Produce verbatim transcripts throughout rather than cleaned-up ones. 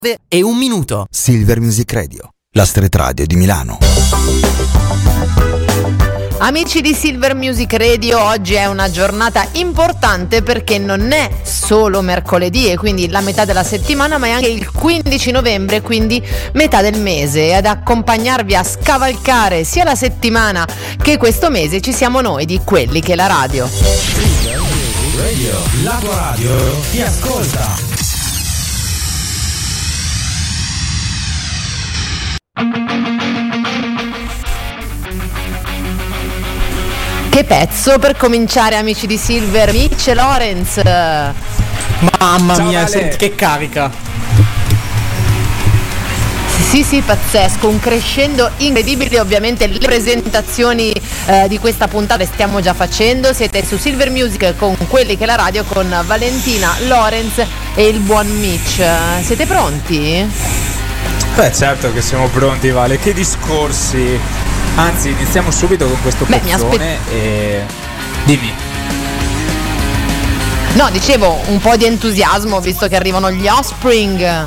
e un minuto. Silver Music Radio, la street radio di Milano. Amici di Silver Music Radio, oggi è una giornata importante perché non è solo mercoledì e quindi la metà della settimana, ma è anche il quindici novembre, quindi metà del mese, e ad accompagnarvi a scavalcare sia la settimana che questo mese ci siamo noi di Quelli che la radio. Silver Music Radio, la tua radio ti ascolta. Che pezzo per cominciare, amici di Silver, Mitch e Lorenz. Mamma Ciao, mia, Vale. senti che carica. Sì, sì, pazzesco, un crescendo incredibile. Ovviamente le presentazioni eh, di questa puntata le stiamo già facendo. Siete su Silver Music con Quelli che la radio, con Valentina, Lorenz e il buon Mitch. Siete pronti? Beh, certo che siamo pronti, Vale. Che discorsi. Anzi, iniziamo subito con questo Beh, mi pezzone e... Dimmi. No, dicevo, un po' di entusiasmo visto che arrivano gli Offspring.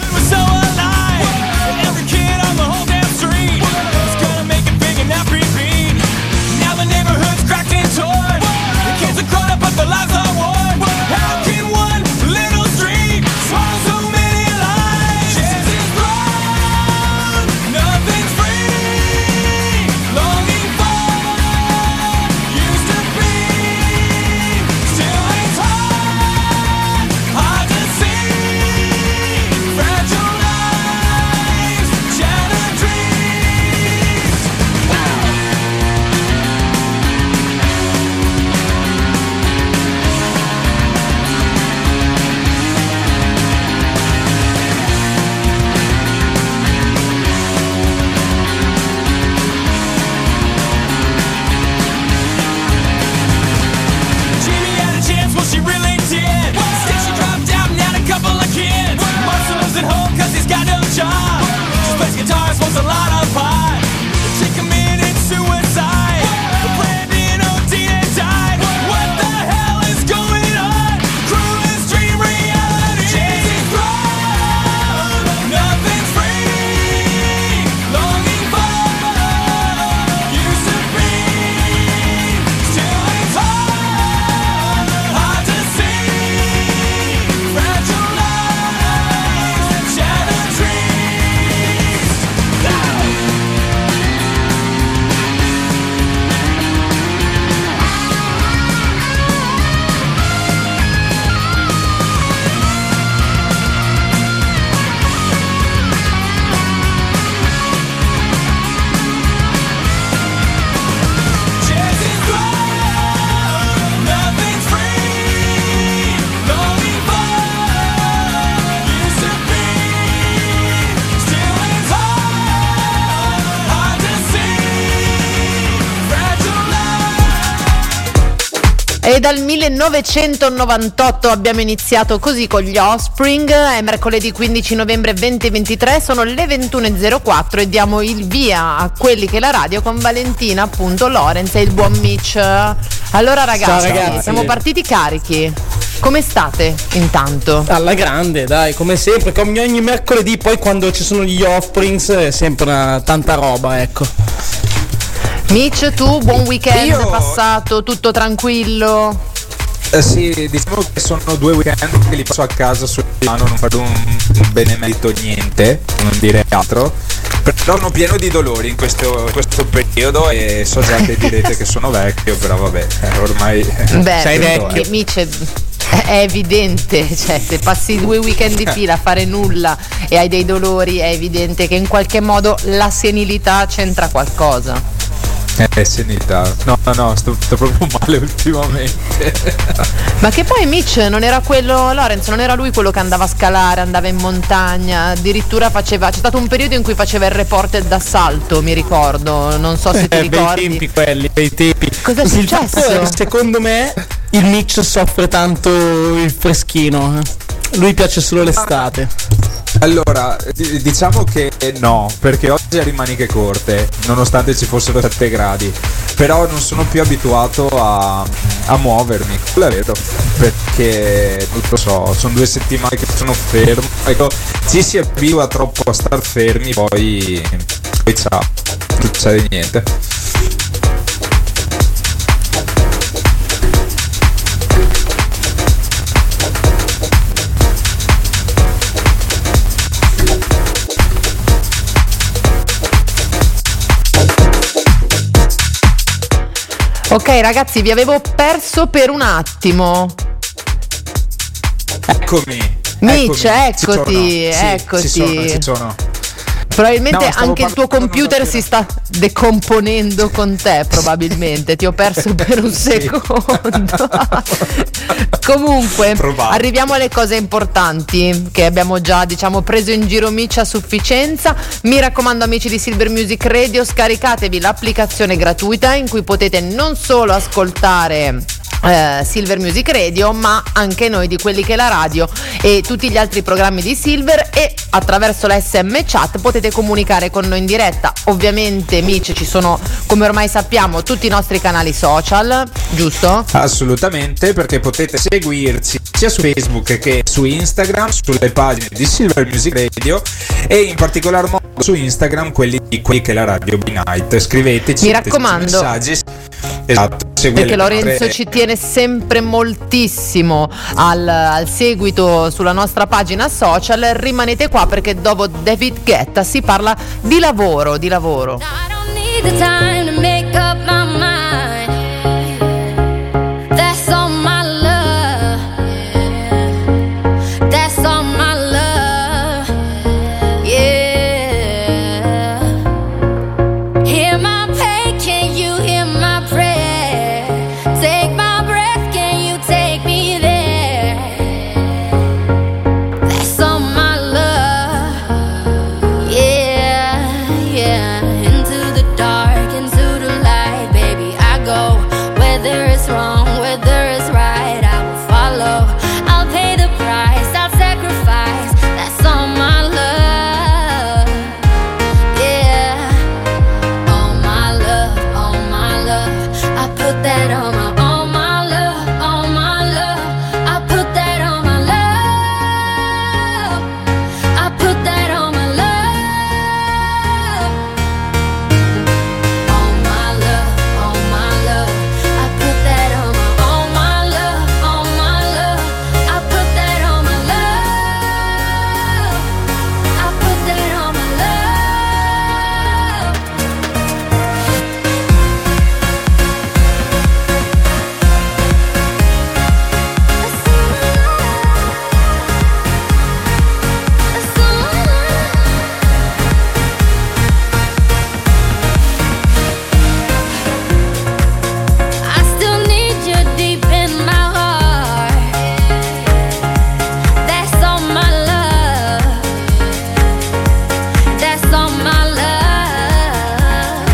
E dal millenovecentonovantotto abbiamo iniziato così con gli Offspring. È mercoledì quindici novembre duemilaventitré, sono le ventuno e zero quattro e diamo il via a Quelli che la radio con Valentina, appunto, Lorenz e il buon Mitch. Allora ragazzi, Ciao, ragazzi. siamo partiti carichi. Come state intanto? Alla grande, dai, come sempre, come ogni mercoledì. Poi quando ci sono gli Offsprings è sempre una, tanta roba, ecco. Mitch, tu buon weekend Io- passato, tutto tranquillo? Eh sì, diciamo che sono due weekend che li passo a casa sul piano, non faccio un, un benemerito niente, non dire altro. Però sono pieno di dolori in questo, in questo periodo e so già che direte che sono vecchio, però vabbè, eh, ormai Beh, Sei vecchio. Mitch, è evidente, cioè se passi due weekend di fila a fare nulla e hai dei dolori, è evidente che in qualche modo la senilità c'entra qualcosa. Eh, senilità. No, no, no, sto, sto proprio male ultimamente. Ma che poi Mitch non era quello, Lorenz non era lui quello che andava a scalare, andava in montagna, addirittura faceva, c'è stato un periodo in cui faceva il reporter d'assalto, mi ricordo, non so se ti Eh, bei ricordi. tempi quelli, bei tempi. Cosa è Il successo? fatto è che secondo me il Mitch soffre tanto il freschino. eh. Lui piace solo l'estate. Allora, diciamo che no, perché oggi ha rimaniche corte, nonostante ci fossero sette gradi, però non sono più abituato a, a muovermi, quello è vero, perché non lo so, sono due settimane che sono fermo, ecco, ci si abitua troppo a star fermi, poi, poi ciao, non succede niente. Ok ragazzi, vi avevo perso per un attimo. Eccomi. Mitch, eccomi. eccoti, Ci eccoti. Sì, ci sono, ci sono. Probabilmente No, anche il tuo computer una... si sta decomponendo con te, probabilmente. Ti ho perso per un Sì. secondo. Comunque, Probabile. arriviamo alle cose importanti che abbiamo già, diciamo, preso in giro Mitch a sufficienza. Mi raccomando, amici di Silver Music Radio, scaricatevi l'applicazione gratuita in cui potete non solo ascoltare Uh, Silver Music Radio, ma anche noi di Quelli che è la radio e tutti gli altri programmi di Silver, e attraverso la S M Chat potete comunicare con noi in diretta. Ovviamente Mitch, ci sono, come ormai sappiamo, tutti i nostri canali social, giusto? Assolutamente, perché potete seguirci sia su Facebook che su Instagram, sulle pagine di Silver Music Radio, e in particolar modo su Instagram quelli di Quelli che è la radio by night. Scriveteci, mi raccomando, messaggi. Esatto, perché Lorenzo ci tiene sempre moltissimo al, al seguito sulla nostra pagina social. Rimanete qua perché dopo David Guetta si parla di lavoro, di lavoro. I don't need the time to make up my mind. That's all my love. That's all my love. Yeah. Hear my pain, can you hear my prayer? Take my breath, can you take me there? That's all my love. Yeah, yeah. Into the dark, into the light, baby, I go. Whether it's wrong, whether it's right, I will follow. I'll pay the price, I'll sacrifice. That's all my love. Yeah. All my love, all my love. I put that on my, all my love, all my love. I put that on my love. I put that on my love. All my love, all my love. I put that on my, all my love, all my love. I put that on my love. I put that on my love. I still need you deep in my heart. That's all my love. That's all my love.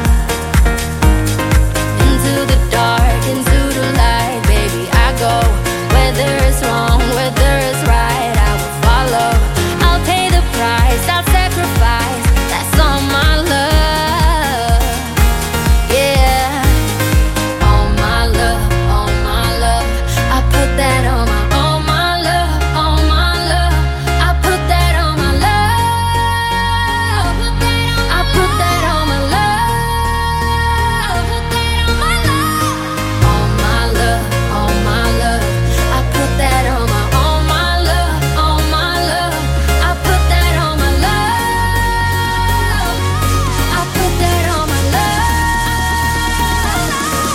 Into the dark, into the light, baby, I go. Whether it's wrong, whether it's right, I will follow. I'll pay the price, I'll sacrifice. That's all my love. Yeah. All my love, all my love. I put that on my, all my love, all my love. I put that on my love. I put that on my love. All my love, all my love. I put that on my, all my love, all my love. I put that on my love. I put that on my love.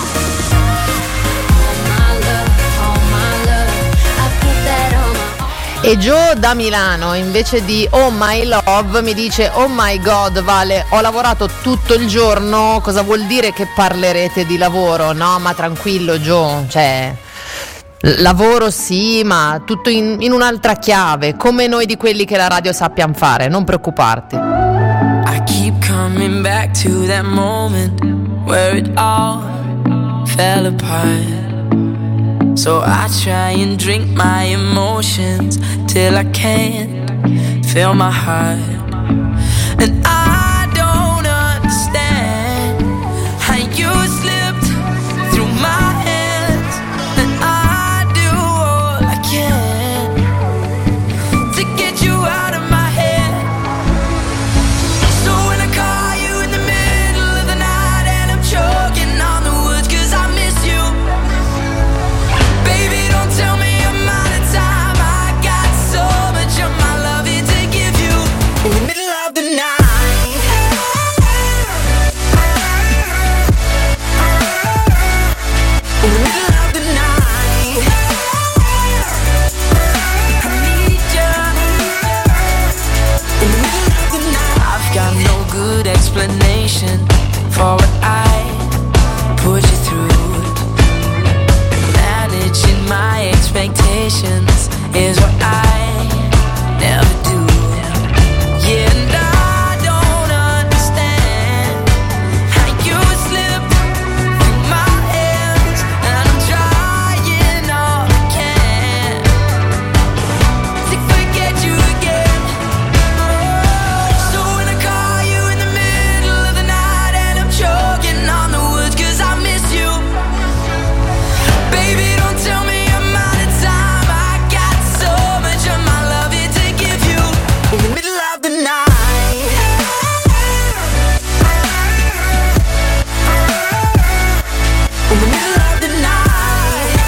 All my love, all my love. I put that on my. E Joe da Milano, invece di Oh My Love, mi dice: Oh my God, Vale, ho lavorato tutto il giorno. Cosa vuol dire che parlerete di lavoro? No, ma tranquillo Joe, cioè l- lavoro sì, ma tutto in, in un'altra chiave, come noi di Quelli che la radio sappiamo fare, non preoccuparti. I keep coming back to that moment where it all fell apart. So I try and drink my emotions till I can't fill my heart. And I don't understand how you slipped through my hands. And I do all I can to get you out of my head. So when I call you in the middle of the night and I'm choking on the woods 'cause I miss you, baby, don't tell me I'm out of time. I got so much of my love here to give you in the middle of the night. In the middle of the night, I need you. In the middle of the night, I've got no good explanation for what I put you through. Managing my expectations is what I never do. Yeah, and I don't understand how you slipped through my hands, and I'm trying all I can to forget you again. So when I call you in the middle of the night and I'm choking on the woods 'cause I miss you, baby, don't tell me I'm out of time. I got so much of my love here to give you in the middle of the night. In the middle of the night,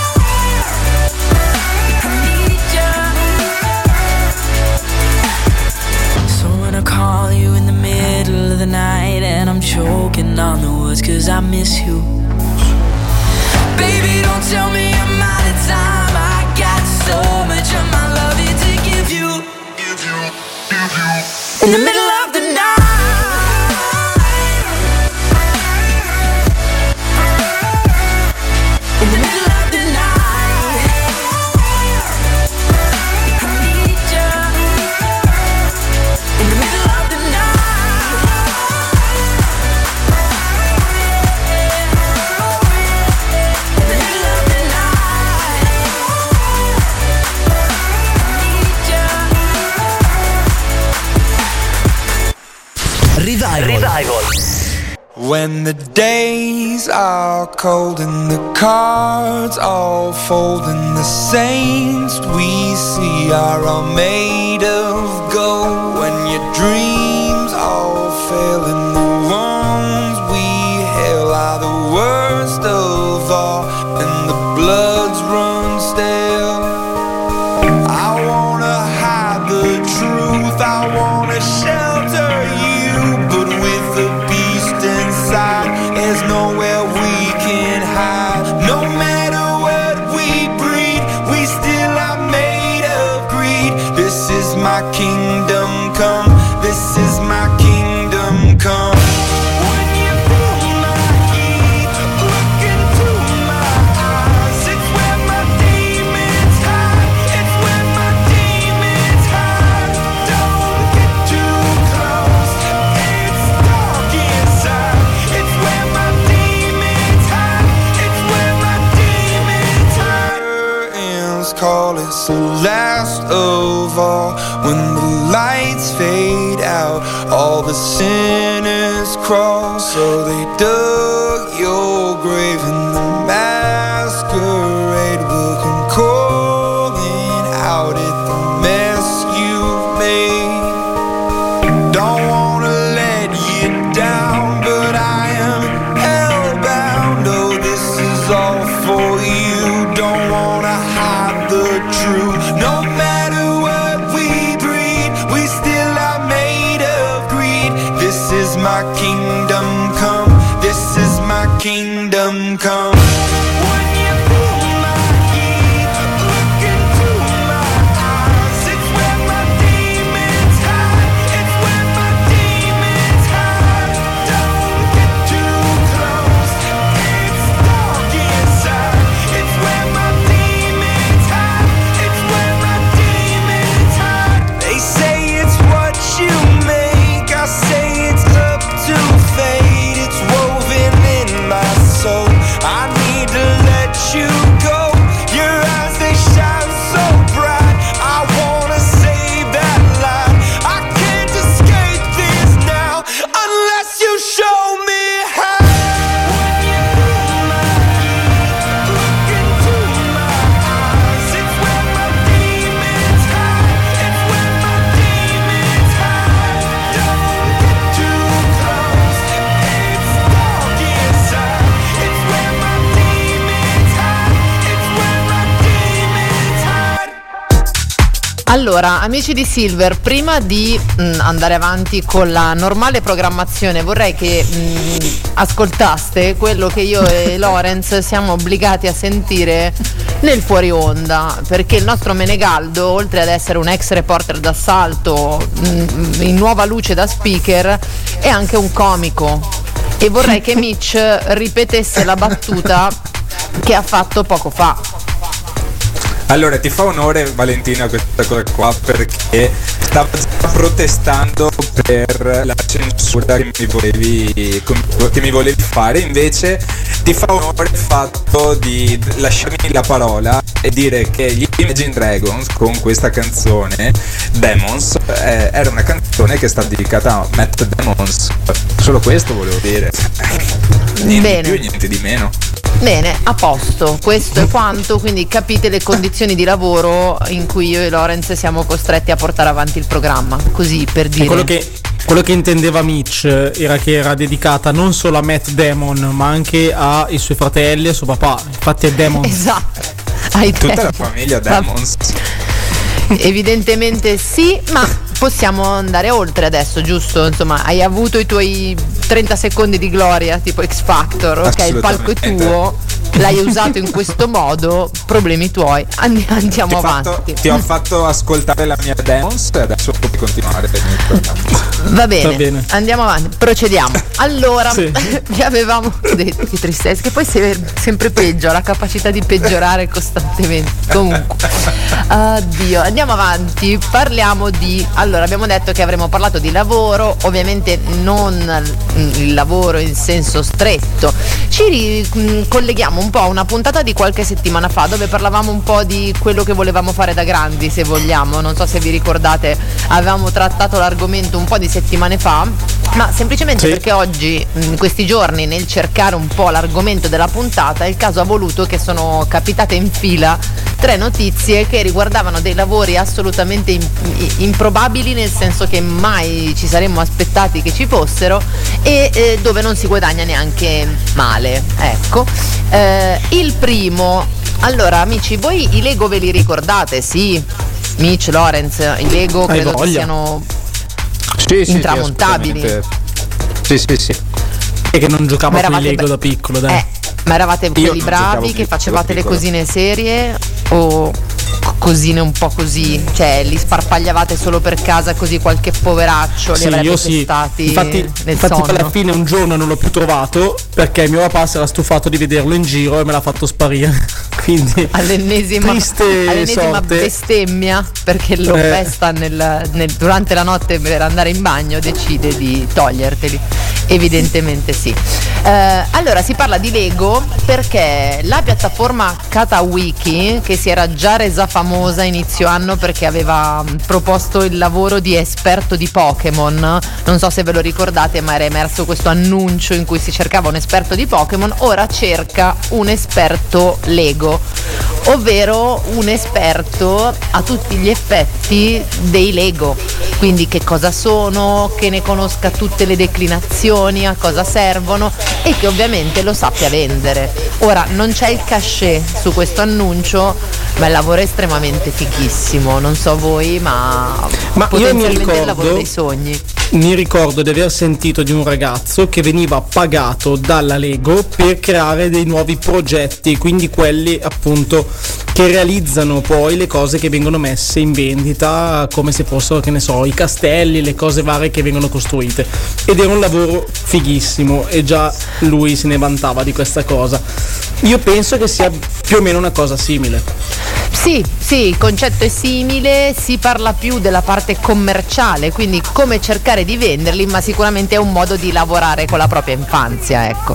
I need you. So when I call you in the middle of the night and I'm choking on the woods 'cause I miss you, baby, don't tell me I'm out of time. I got so much of my love here to give you in the middle of the night. In the middle of the night, I need you. In the middle of the night, in the middle of the night, I need you. Revival. When the days are cold and the cards all fold and the saints we see are all made of gold, when your dreams all fail and the ones we hail are the worst of all and the bloods run stale, I wanna hide the truth, I wanna shelter you, but with the beast inside, there's nowhere we can hide. No matter what we breed, we still are made of greed. This is my kingdom come, this is my kingdom come. When you feel my heat, look into my eyes, it's where my demons hide, it's where my demons hide. Don't get too close, it's dark inside, it's where my demons hide, it's where my demons hide. Curtains call, it's the last of all. When the lights fade out, all the sinners crawl. So they dug your grave and the masquerade will come calling out at the mess you've made. Don't wanna let you down, but I am hellbound. Oh, this is all for you. Don't wanna hide the truth. No matter what we breed, we still are made of greed. This is my kingdom come, this is my kingdom come. Allora, amici di Silver, prima di mh, andare avanti con la normale programmazione, vorrei che mh, ascoltaste quello che io e Lorenz siamo obbligati a sentire nel fuori onda, perché il nostro Menegaldo, oltre ad essere un ex reporter d'assalto mh, in nuova luce da speaker, è anche un comico, e vorrei che Mitch ripetesse la battuta che ha fatto poco fa. Allora, ti fa onore, Valentina, questa cosa qua, perché stavo già protestando per la censura che mi volevi, che mi volevi fare. Invece ti fa onore il fatto di lasciarmi la parola e dire che gli Imagine Dragons, con questa canzone Demons, eh, era una canzone che sta dedicata a Matt Damon. Solo questo volevo dire. Niente Bene. di più, niente di meno. Bene, a posto, questo è quanto, quindi capite le condizioni di lavoro in cui io e Lorenz siamo costretti a portare avanti il programma, così per dire. E quello che, quello che intendeva Mitch era che era dedicata non solo a Matt Damon, ma anche ai suoi fratelli e a suo papà, infatti è Damon. Esatto, ai Tutta tempi. la famiglia Demons. Evidentemente sì, ma possiamo andare oltre adesso, giusto? Insomma, hai avuto i tuoi trenta secondi di gloria, tipo X Factor, ok, il palco è tuo, l'hai usato in questo modo, problemi tuoi. Andi- andiamo Ti ho avanti. fatto- ti ho fatto ascoltare la mia Demons e adesso puoi continuare. Va bene, Va bene. andiamo avanti, procediamo. Allora, Sì. vi avevamo detto, che tristezza, che poi se- sempre peggio, la capacità di peggiorare costantemente. Comunque, addio, andiamo avanti, parliamo di... Allora, abbiamo detto che avremmo parlato di lavoro, ovviamente non il lavoro in senso stretto. Ci ri- colleghiamo un po' a una puntata di qualche settimana fa dove parlavamo un po' di quello che volevamo fare da grandi, se vogliamo. Non so se vi ricordate, avevamo trattato l'argomento un po' di settimane fa, ma semplicemente Sì. perché oggi, in questi giorni, nel cercare un po' l'argomento della puntata, il caso ha voluto che sono capitate in fila tre notizie che riguardavano dei lavori assolutamente im- improbabili, nel senso che mai ci saremmo aspettati che ci fossero, e eh, dove non si guadagna neanche male, ecco. Eh, il primo, allora amici, voi i Lego ve li ricordate? Sì, Mitch, Lorenz, i Lego Hai credo che voglia. siano Sì, sì, intramontabili. Sì, sì, sì. E che non giocavo Ma con i eravate Lego be- da piccolo, dai. Eh, ma eravate Io quelli non giocavo bravi che più facevate da le piccolo. cosine serie o co- cosine un po' così? Cioè li sparpagliavate solo per casa così qualche poveraccio li Sì, avrebbe io sì. pestati Infatti, nel infatti sonno? alla fine un giorno non l'ho più trovato perché mio papà si era stufato di vederlo in giro e me l'ha fatto sparire. Quindi All'ennesima, triste all'ennesima sorte. bestemmia, perché lo Eh. pesta nel- nel- durante la notte per andare in bagno, decide di toglierteli. Evidentemente sì. Eh, allora si parla di Lego perché la piattaforma Katawiki, che si era già resa famosa inizio anno perché aveva mh, proposto il lavoro di esperto di Pokémon, non so se ve lo ricordate, ma era emerso questo annuncio in cui si cercava un esperto di Pokémon, ora cerca un esperto Lego, ovvero un esperto a tutti gli effetti dei Lego, quindi che cosa sono, che ne conosca tutte le declinazioni, a cosa servono e che ovviamente lo sappia vendere. Ora non c'è il cachet su questo annuncio, ma il lavoro è estremamente fighissimo, non so voi, ma, Ma io mi potenzialmente il lavoro ricordo- dei sogni. Mi ricordo di aver sentito di un ragazzo che veniva pagato dalla Lego per creare dei nuovi progetti, quindi quelli appunto che realizzano poi le cose che vengono messe in vendita, come se fossero, che ne so, i castelli, le cose varie che vengono costruite. Ed era un lavoro fighissimo e già lui se ne vantava di questa cosa. Io penso che sia più o meno una cosa simile. Sì, sì, il concetto è simile, si parla più della parte commerciale, quindi come cercare di venderli, ma sicuramente è un modo di lavorare con la propria infanzia, ecco.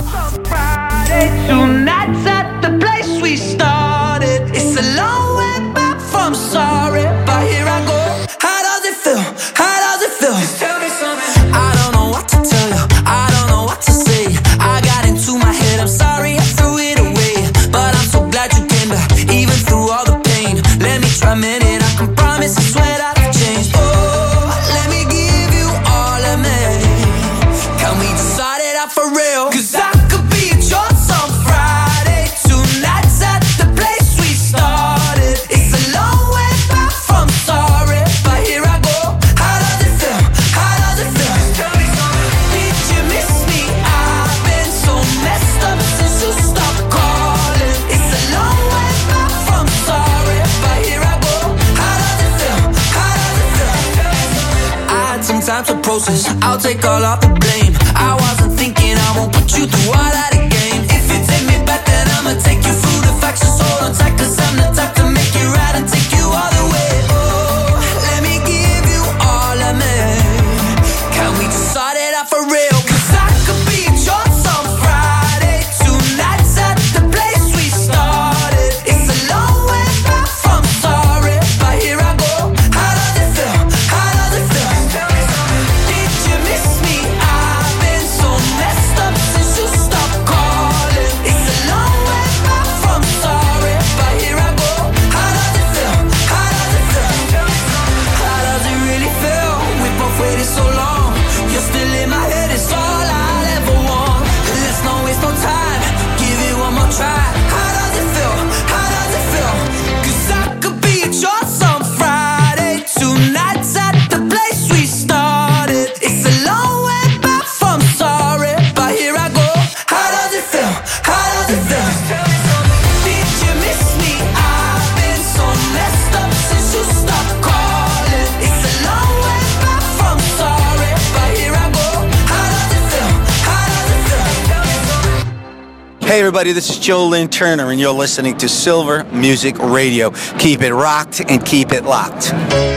Tonight's at the place we started. It's a long way back from sorry, but here I go. How does it feel? How does it feel? Just tell me something. I don't know what to tell you. I don't know what to say. I got into my head. I'm sorry I threw it away, but I'm so glad you came back, even through all the pain. Let me try a minute. I can promise. I swear that I've changed. Oh, let me give you all of me. Can we just start it out for real? 'Cause I could be a choice on Friday time to process. I'll take all of the blame. I wasn't thinking I won't put you through all that again. If you take me back, then I'ma take you through the facts. Just hold on tight, cause I'm the type to make it right and take you all the way. Oh, let me give you all of me. Can we just start it out for real? Cause I could be yours on Friday. Tonight's at the place we started. It's a long way back from sorry, but here I go. How does it feel? How does it feel? Did you miss me? I've been so messed up since you stopped calling. It's a long way back from sorry, but here I go. How does it feel? How does it feel? How does it really feel? We both waited so long. You're still in my head, it's all I'll ever want. Let's not waste no time, give it one more try. How does it feel? How does it feel? Cause I could be yours on Friday. Tonight's at the place we started. It's a long way back from sorry, but here I go. How does it feel? How does it feel? Did you miss me? I've been so messed up since you stopped calling. It's a long way back from sorry, but here I go. How does it feel? How does it feel? Hey everybody, this is Joe Lynn Turner and you're listening to Silver Music Radio. Keep it rocked and keep it locked.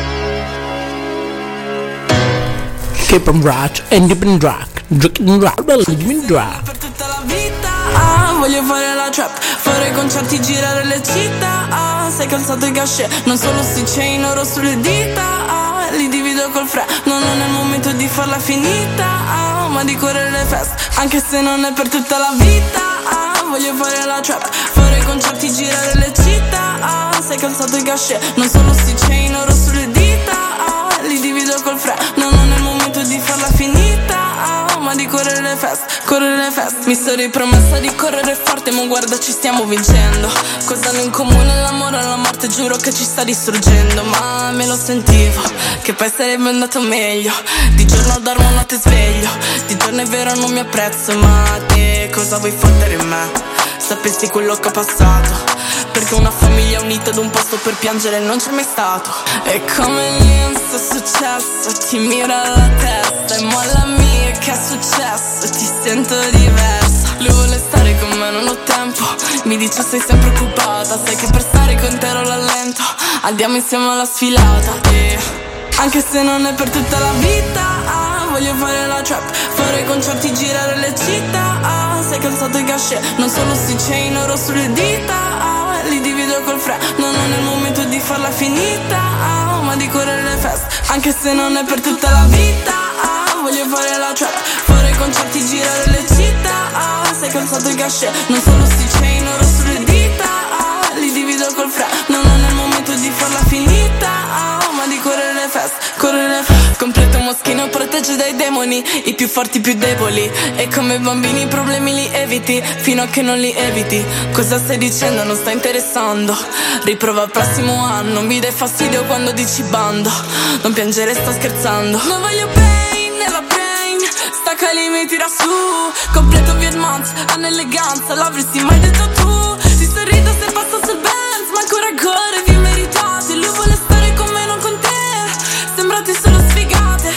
Keep 'em rocked and keep 'em rocked. Drinking rock, living rock. Per tutta la vita, ah, voglio fare la trap, fare concerti, girare le città, ah, sei calzato i cachet, non solo sti chain oro sulle dita, ah, li divido col fre, no, non è il momento di farla finita, ah, ma di correre le feste, anche se non è per tutta la vita, ah, voglio fare la trap, fare concerti, girare le città, ah, sei calzato i cachet, non solo sti chain oro sulle dita, ah, li divido col fre, no, non è il momento di farla finita, ah, ma di correre le feste, correre le feste. Mi sono ripromessa di correre forte, ma guarda ci stiamo vincendo. Cosa hanno in comune l'amore e la morte, giuro che ci sta distruggendo. Ma me lo sentivo, che poi sarebbe andato meglio. Di giorno dormo, notte sveglio. Di giorno è vero non mi apprezzo, ma te cosa vuoi fottere in me? Sapessi quello che ho passato, perché una famiglia unita ad un posto per piangere non c'è mai stato. E come l'insta è successo, ti mira la testa e molla mia, che è successo, ti sento diversa. Lui vuole stare con me, non ho tempo, mi dice sei sempre occupata, sai che per stare con te ero l'allento, andiamo insieme alla sfilata. E anche se non è per tutta la vita, ah, voglio fare la trap, fare concerti, girare le città, ah, sei calzato i cachet, non solo sti chain oro sulle dita, ah, li divido col fre, no, non è il momento di farla finita, ah, ma di correre le feste, anche se non è per tutta la vita, ah, voglio fare la trap, fare concerti, girare le città, ah, sei calzato i cachet, non solo sti chain oro sulle dita, ah, li divido col fre, no, non è il momento di farla finita, ah, ma di correre le feste, correre le feste. Completo moschino, protegge dai demoni, i più forti, i più deboli, e come bambini i problemi li eviti, fino a che non li eviti. Cosa stai dicendo? Non sta interessando, riprova il prossimo anno, mi dai fastidio quando dici bando, non piangere, sto scherzando. Non voglio pain nella brain, stacca lì, mi tira su, completo Vietmans, hanno eleganza, l'avresti mai detto tu, ti sorrido se passo sul Benz, ma ancora ancora vi meritate, lui vuole stare con me, non con te, sembrate solo sfigate,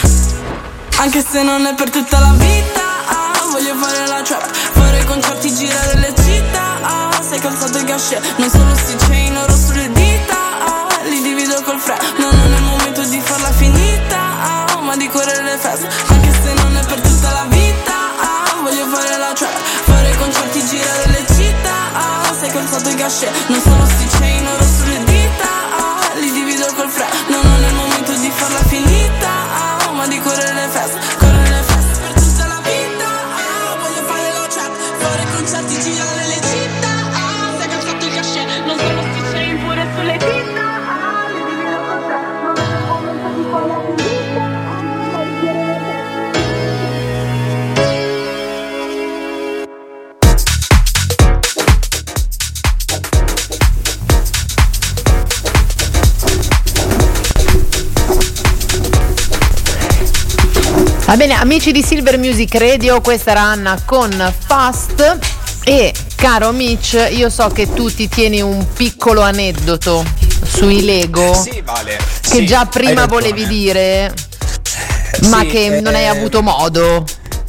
anche se non è per tutta la vita, ah, voglio fare la trap, fare concerti, girare le città, ah, sei calzato i cachet, non solo sti chain oro sulle dita, ah, li divido col fre, no, non è il momento di farla finita, ah, ma di correre le feste, anche se non è per tutta la vita, ah, voglio fare la trap, fare concerti, girare le città, ah, sei calzato i cachet, non solo sti chain oro sulle dita, ah, li divido col fre, no, non è il momento di farla finita, ah, ma di correre le feste, correre le feste per tutta la vita, ah, voglio fare la trap, fare concerti, girare le città, ah, sei calzato il cachet, non solo sti chain pure sulle dita, ah, li divido col fre, non è il momento di farla finita, ah, ma di correre le feste. Va bene, amici di Silver Music Radio, questa era Anna con Fast. E caro Mitch, io so che tu ti tieni un piccolo aneddoto sui Lego, Sì, vale. che Sì, già hai prima ragione. volevi dire. Ma Sì, che non hai eh, avuto modo.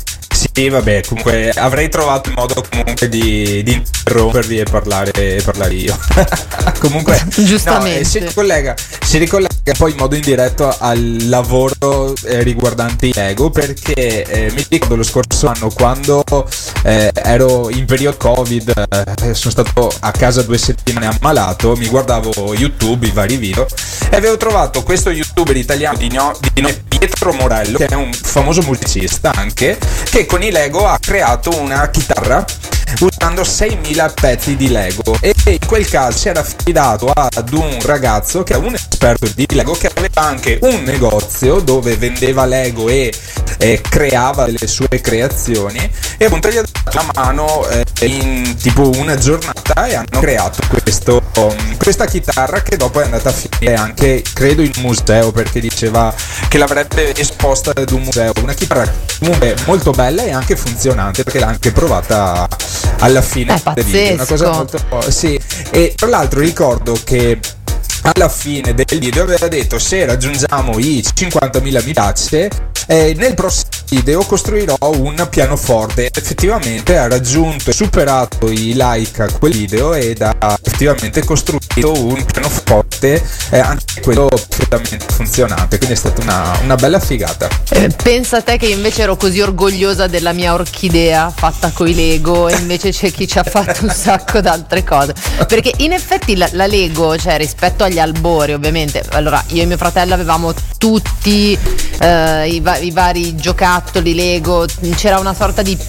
Sì, vabbè, comunque avrei trovato il modo comunque di, di interrompervi e parlare, e parlare io. Comunque, Giustamente. no, eh, si ricollega, si ricollega poi in modo indiretto al lavoro eh, riguardante i Lego, perché eh, mi ricordo lo scorso anno quando eh, ero in periodo Covid, eh, sono stato a casa due settimane ammalato, mi guardavo YouTube, i vari video, e avevo trovato questo youtuber italiano di, no, di nome Pietro Morello, che è un famoso musicista anche, che con i Lego ha creato una chitarra usando seimila pezzi di Lego, e in quel caso si era affidato ad un ragazzo che era un esperto di Lego, che aveva anche un negozio dove vendeva Lego e eh, creava le sue creazioni, e appunto gli ha dato la mano eh, in tipo una giornata e hanno creato questo, um, questa chitarra, che dopo è andata a finire anche credo in un museo, perché diceva che l'avrebbe esposta ad un museo. Una chitarra comunque molto bella e anche funzionante, perché l'ha anche provata alla fine del video. Una cosa molto, sì. E tra l'altro ricordo che alla fine del video aveva detto: se raggiungiamo i cinquantamila mi piace, eh, nel prossimo video costruirò un pianoforte. Effettivamente ha raggiunto e superato i like a quel video ed ha effettivamente costruito un pianoforte, eh, anche quello perfettamente funzionante, quindi è stata una, una bella figata. Eh, pensa a te che invece ero così orgogliosa della mia orchidea fatta coi Lego, e invece c'è chi ci ha fatto un sacco d'altre cose, perché in effetti la, la Lego, cioè rispetto agli albori, ovviamente, allora io e mio fratello avevamo tutti eh, i, va- i vari giocattoli Lego, c'era una sorta di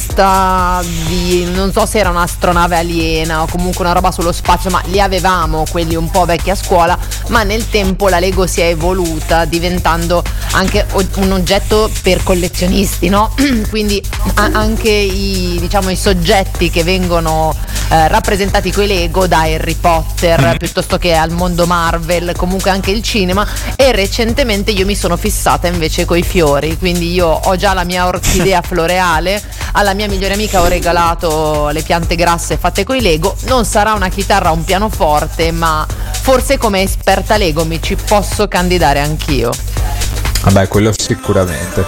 pista di, non so se era un'astronave aliena o comunque una roba sullo spazio, ma li avevamo quelli un po' vecchi a scuola, ma nel tempo la Lego si è evoluta diventando anche un oggetto per collezionisti, no? Quindi a- anche i, diciamo, i soggetti che vengono eh, rappresentati coi Lego, da Harry Potter piuttosto che al mondo Marvel, comunque anche il cinema. E recentemente io mi sono fissata invece coi fiori, quindi io ho già la mia orchidea floreale, alla mia migliore amica ho regalato le piante grasse fatte coi Lego. Non sarà una chitarra o un pianoforte, ma forse come esperta Lego mi ci posso candidare anch'io. Vabbè, quello sicuramente.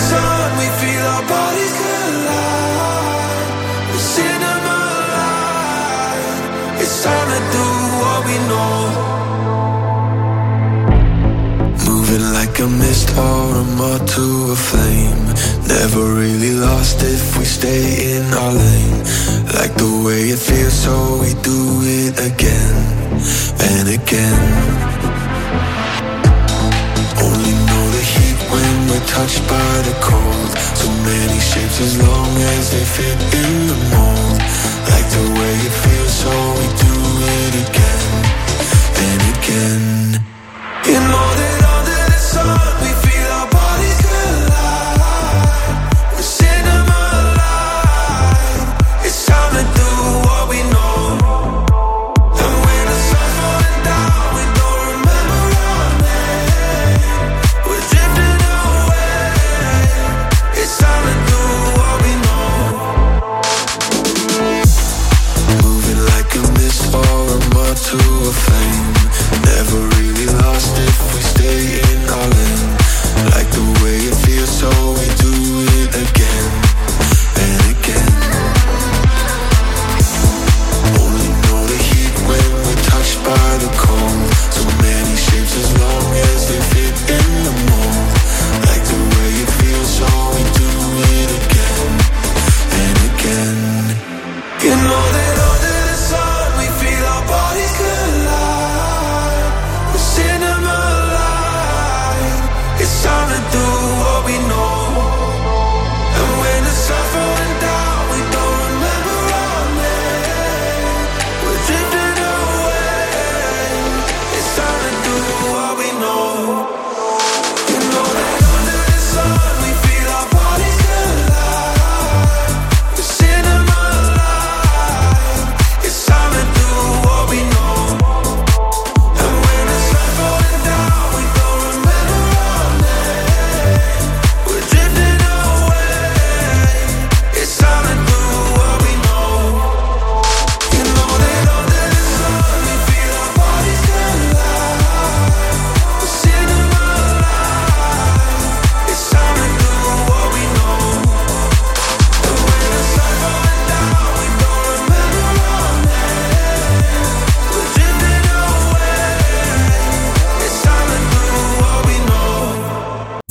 Moving like a mist or a moth to a flame. Never really lost if we stay in our lane. Like the way it feels, so we do it again and again. Only know the heat when we're touched by the cold. So many shapes as long as they fit in the mold. Like the way it feels, so we do it again and again. You know that under the sun we feel our bodies collide. We're cinema light. It's time to do what we know. And when the sun's falling down, we don't remember our name. We're drifting away. It's time to do what we know. Moving like a mist or a moth to a flame. Never really lost if we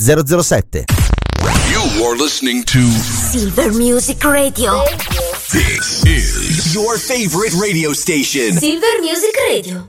zero zero sette. You are listening to Silver Music Radio. This is your favorite radio station. Silver Music Radio.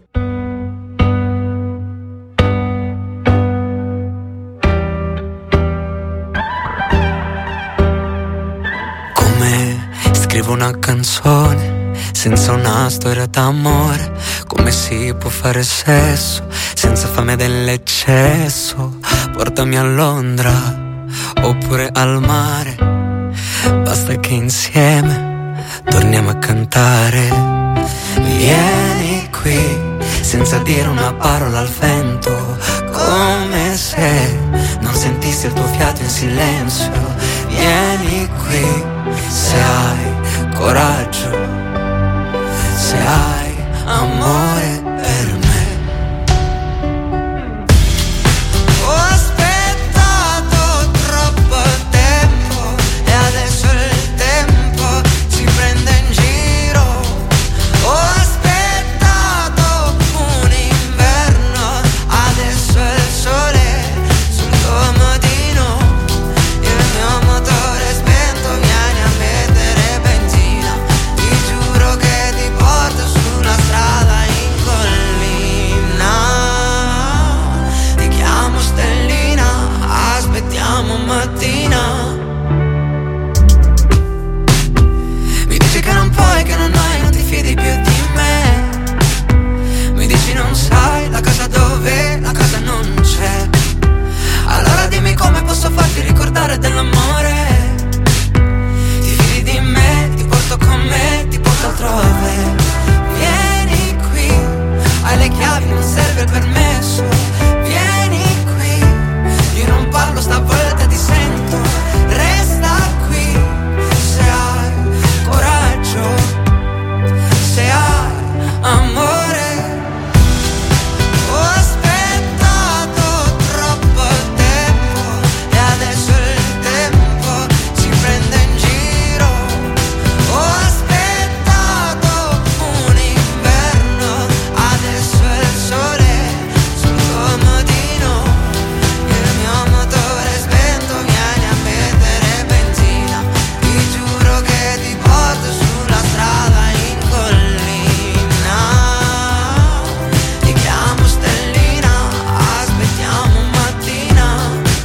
Come scrivo una canzone senza una storia d'amore, come si può fare sesso senza fame dell'eccesso? Portami a Londra oppure al mare, basta che insieme torniamo a cantare. Vieni qui senza dire una parola al vento, come se non sentissi il tuo fiato in silenzio. Vieni qui se hai coraggio, se hai amore per me. Ho aspettato troppo tempo e adesso il tempo ci prende in giro. Ho aspettato un inverno, adesso il sole sul comodino. Il mio motore è spento, vieni a mettere benzina. Ti giuro che ti porto su una strada in collina. Ti chiamo stellina, aspettiamo mattina. Mi dici che non puoi, che non hai, non ti fidi più di me. Mi dici non sai la casa dove, la casa non c'è. Allora dimmi come posso farti ricordare dell'amore. Ti fidi di me, ti porto con me, ti porto altrove. Vieni qui, hai le chiavi, non serve il permesso. Vieni qui, io non parlo stavolta, ti sento. Resta qui, se hai coraggio, se hai amore. Ho aspettato troppo tempo e adesso il tempo ci prende in giro. Ho aspettato un inverno, adesso il sole sul comodino. Il mio motore è spento, vieni a mettere benzina. Ti giuro che ti porto sulla strada in collina. Ti chiamo stellina, aspettiamo mattina.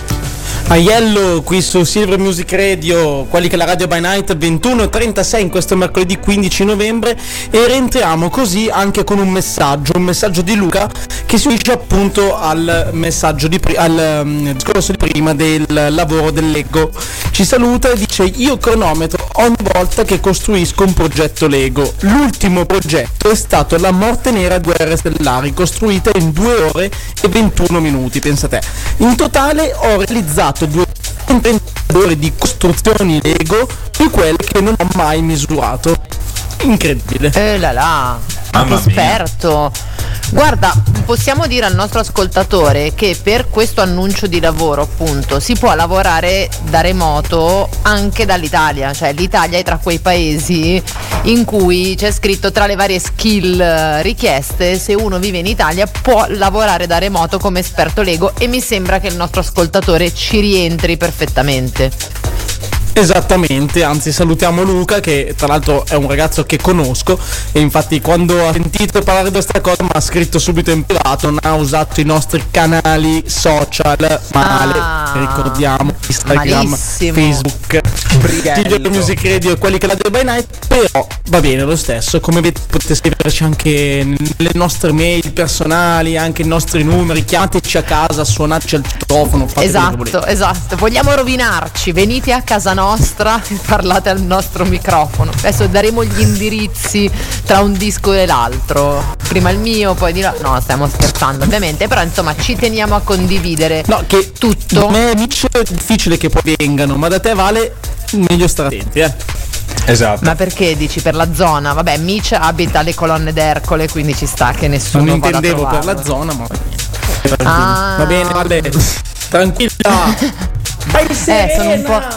Aiello qui su Silver Music Radio, quelli che è la Radio by Night, ventuno e trentasei in questo mercoledì quindici novembre, e rientriamo così anche con un messaggio, un messaggio di Luca che si unisce appunto al messaggio di pri- al um, discorso di prima del lavoro del Lego. Ci saluta e dice: io cronometro ogni volta che costruisco un progetto Lego. L'ultimo progetto è stato La morte nera di Guerre Stellari, costruita in due ore e ventuno minuti, pensa te. In totale ho realizzato duecentotrenta ore di costruzioni Lego, più quelle che non ho mai misurato. Incredibile. Eh là là, ma che esperto. Guarda, possiamo dire al nostro ascoltatore che per questo annuncio di lavoro appunto si può lavorare da remoto anche dall'Italia, cioè l'Italia è tra quei paesi in cui c'è scritto tra le varie skill richieste, se uno vive in Italia può lavorare da remoto come esperto Lego, e mi sembra che il nostro ascoltatore ci rientri perfettamente. Esattamente, anzi salutiamo Luca, che tra l'altro è un ragazzo che conosco, e infatti quando ha sentito parlare di questa cosa mi ha scritto subito in privato, non ha usato i nostri canali social, male, ah, ricordiamo, Instagram, malissimo. Facebook, Silver Music Radio e quelli che la do by night, però va bene lo stesso, come vedete potete scriverci anche nelle nostre mail personali, anche i nostri numeri, chiamateci a casa, suonateci al citofono, fate esatto, esatto, vogliamo rovinarci, venite a casa nostra nostra e parlate al nostro microfono. Adesso daremo gli indirizzi tra un disco e l'altro, prima il mio, poi di là. No, stiamo scherzando ovviamente, però insomma ci teniamo a condividere no, che tutto. Da me amici è difficile che poi vengano, ma da te Vale meglio stare attenti, eh. Esatto. Ma perché dici per la zona? Vabbè, Mitch abita le colonne d'Ercole, quindi ci sta che nessuno non vada a intendevo per la zona, ma ah. va bene, Vale, tranquilla. Vai eh, sono un po'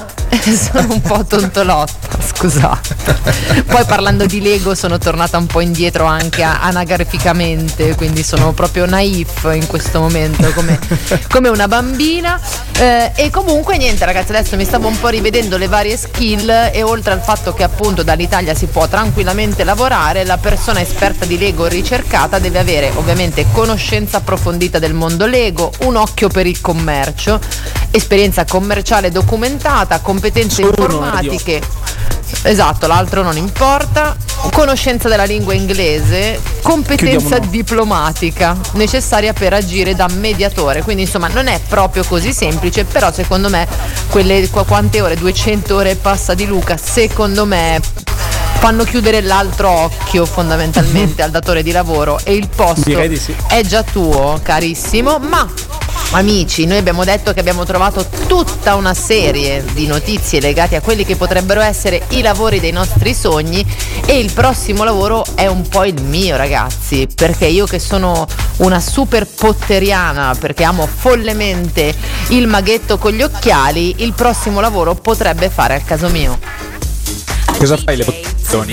Ultimamente sono un po' tontolotta, scusate. Poi parlando di Lego sono tornata un po' indietro anche anagraficamente, quindi sono proprio naif in questo momento, come, come una bambina. Eh, e comunque niente ragazzi, adesso mi stavo un po' rivedendo le varie skill e oltre al fatto che appunto dall'Italia si può tranquillamente lavorare, la persona esperta di Lego ricercata deve avere ovviamente conoscenza approfondita del mondo Lego, un occhio per il commercio, esperienza commerciale documentata, competenze informatiche, esatto, l'altro non importa, conoscenza della lingua inglese, competenza diplomatica necessaria per agire da mediatore. Quindi insomma non è proprio così semplice, però secondo me quelle qu- quante ore, duecento ore passa di Luca, secondo me fanno chiudere l'altro occhio fondamentalmente al datore di lavoro e il posto Direi di sì. è già tuo, carissimo. Ma amici, noi abbiamo detto che abbiamo trovato tutta una serie di notizie legate a quelli che potrebbero essere i lavori dei nostri sogni e il prossimo lavoro è un po' il mio, ragazzi, perché io che sono una super potteriana, perché amo follemente il maghetto con gli occhiali, il prossimo lavoro potrebbe fare al caso mio. Cosa fai le bottoni?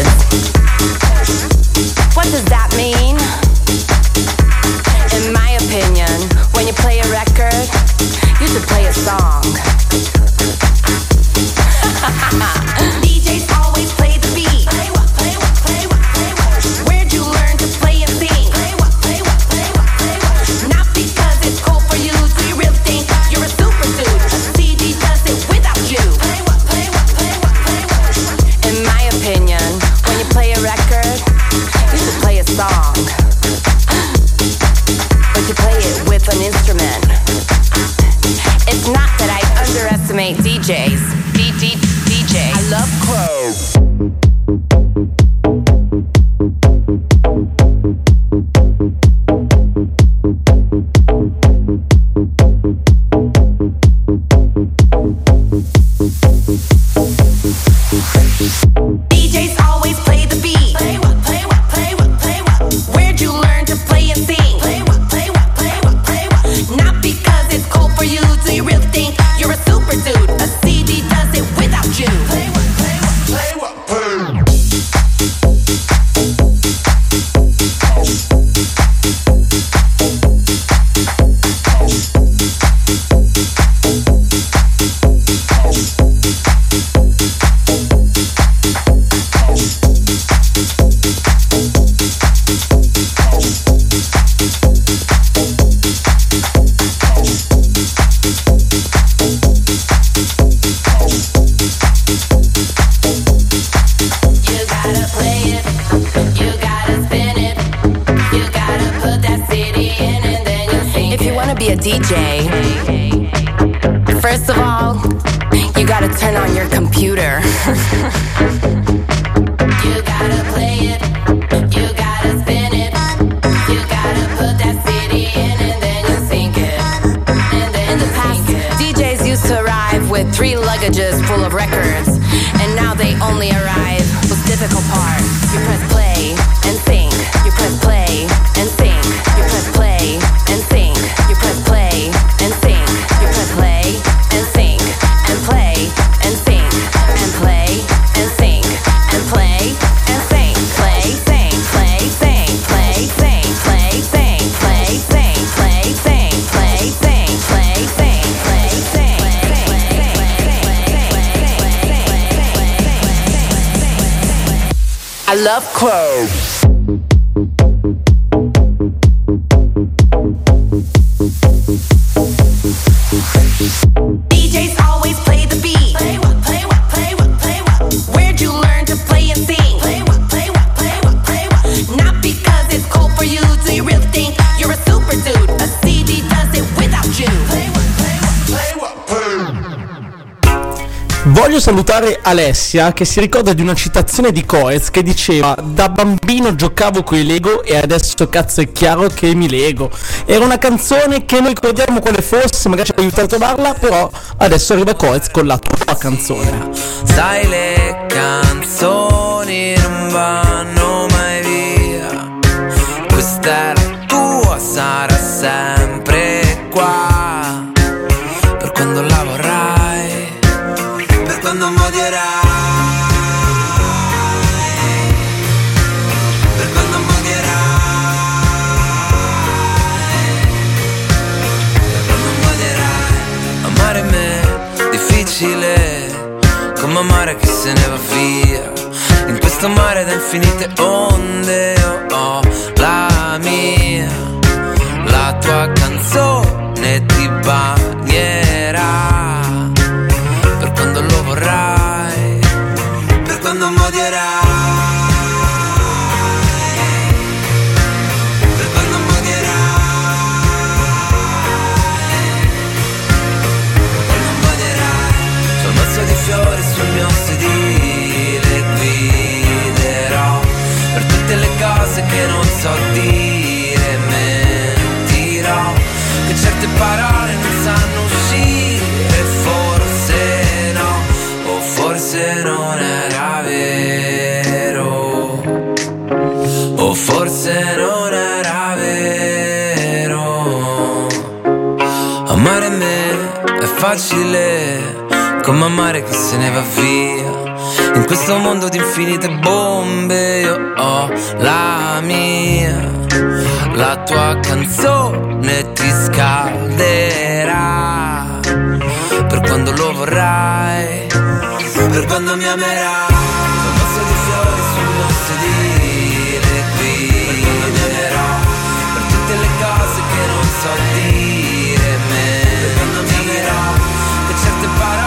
What does that mean? In my opinion, when you play a record, you should play a song. D Js always play the beat. Play what, play what, play what, play what. Where'd you learn to play and sing? Play what, play what, play what, play what. Not because it's cool for you, do you really think you're a super dude? A C D does it without you. Play what, play what, play what, play what. In my opinion, when you play a record, you should play a song. But you play it with an instrument. It's not that I underestimate D Js. D D D J. I love Crow. D Js always play the beat. Play what, play what, play what, play what. Where'd you learn to play and sing? Play what, play what, play what, play what. Not because it's cool for you, do you really think you're a super dude? A C D does it without you. Play what, play what, play what, play what. Be a D J. First of all, you gotta turn on your computer. You gotta play it, you gotta spin it, you gotta put that C D in and then you sync it. And then in the past, D Js used to arrive with three luggages full of records, and now they only arrive with difficult parts. You press play and sync, you press play and sync, you press play and sync, you press play and sync, you press play and sync, and play and sync, and play and sync, and play and sync, play, sync, play, sync, play, sync, play, sync, play, sync, play, sync, play, sync, play, sync, play, sync, I love Crow. D Js always play the beat. Play what, play what, play what, play what. Where'd you learn to play and sing? Play what, play what, play what, play what. Not because it's cool for you, do you really think you're a super dude? A C D does it without you. Play what, play what, play what, play what. Voglio salutare Alessia che si ricorda di una citazione di Coez che diceva: da bambino giocavo coi Lego e adesso cazzo è chiaro che mi lego. Era una canzone che noi ricordiamo quale fosse, magari ci puoi aiutare a trovarla, però adesso arriva Coez con la tua canzone. Sai, le canzoni non vanno mai via, questa è la tua, sarà sempre qua per quando la vorrai. facile come mare che se ne va via. In questo mare da infinite onde io ho la mia, la tua canzone ti bagnerà per quando lo vorrai, per quando mi odierai. Fiori sul mio sedile guiderò per tutte le cose che non so dire, mentirò che certe parole non sanno uscire, forse no, o forse non era vero, o forse non era vero. Amare me è facile come amare che se ne va via. In questo mondo di infinite bombe io ho la mia, la tua canzone ti scalderà per quando lo vorrai, per quando mi amerai. Un mazzo di fiori sul mio sedile guiderò per tutte le cose che non so dire, mentirò che certe parole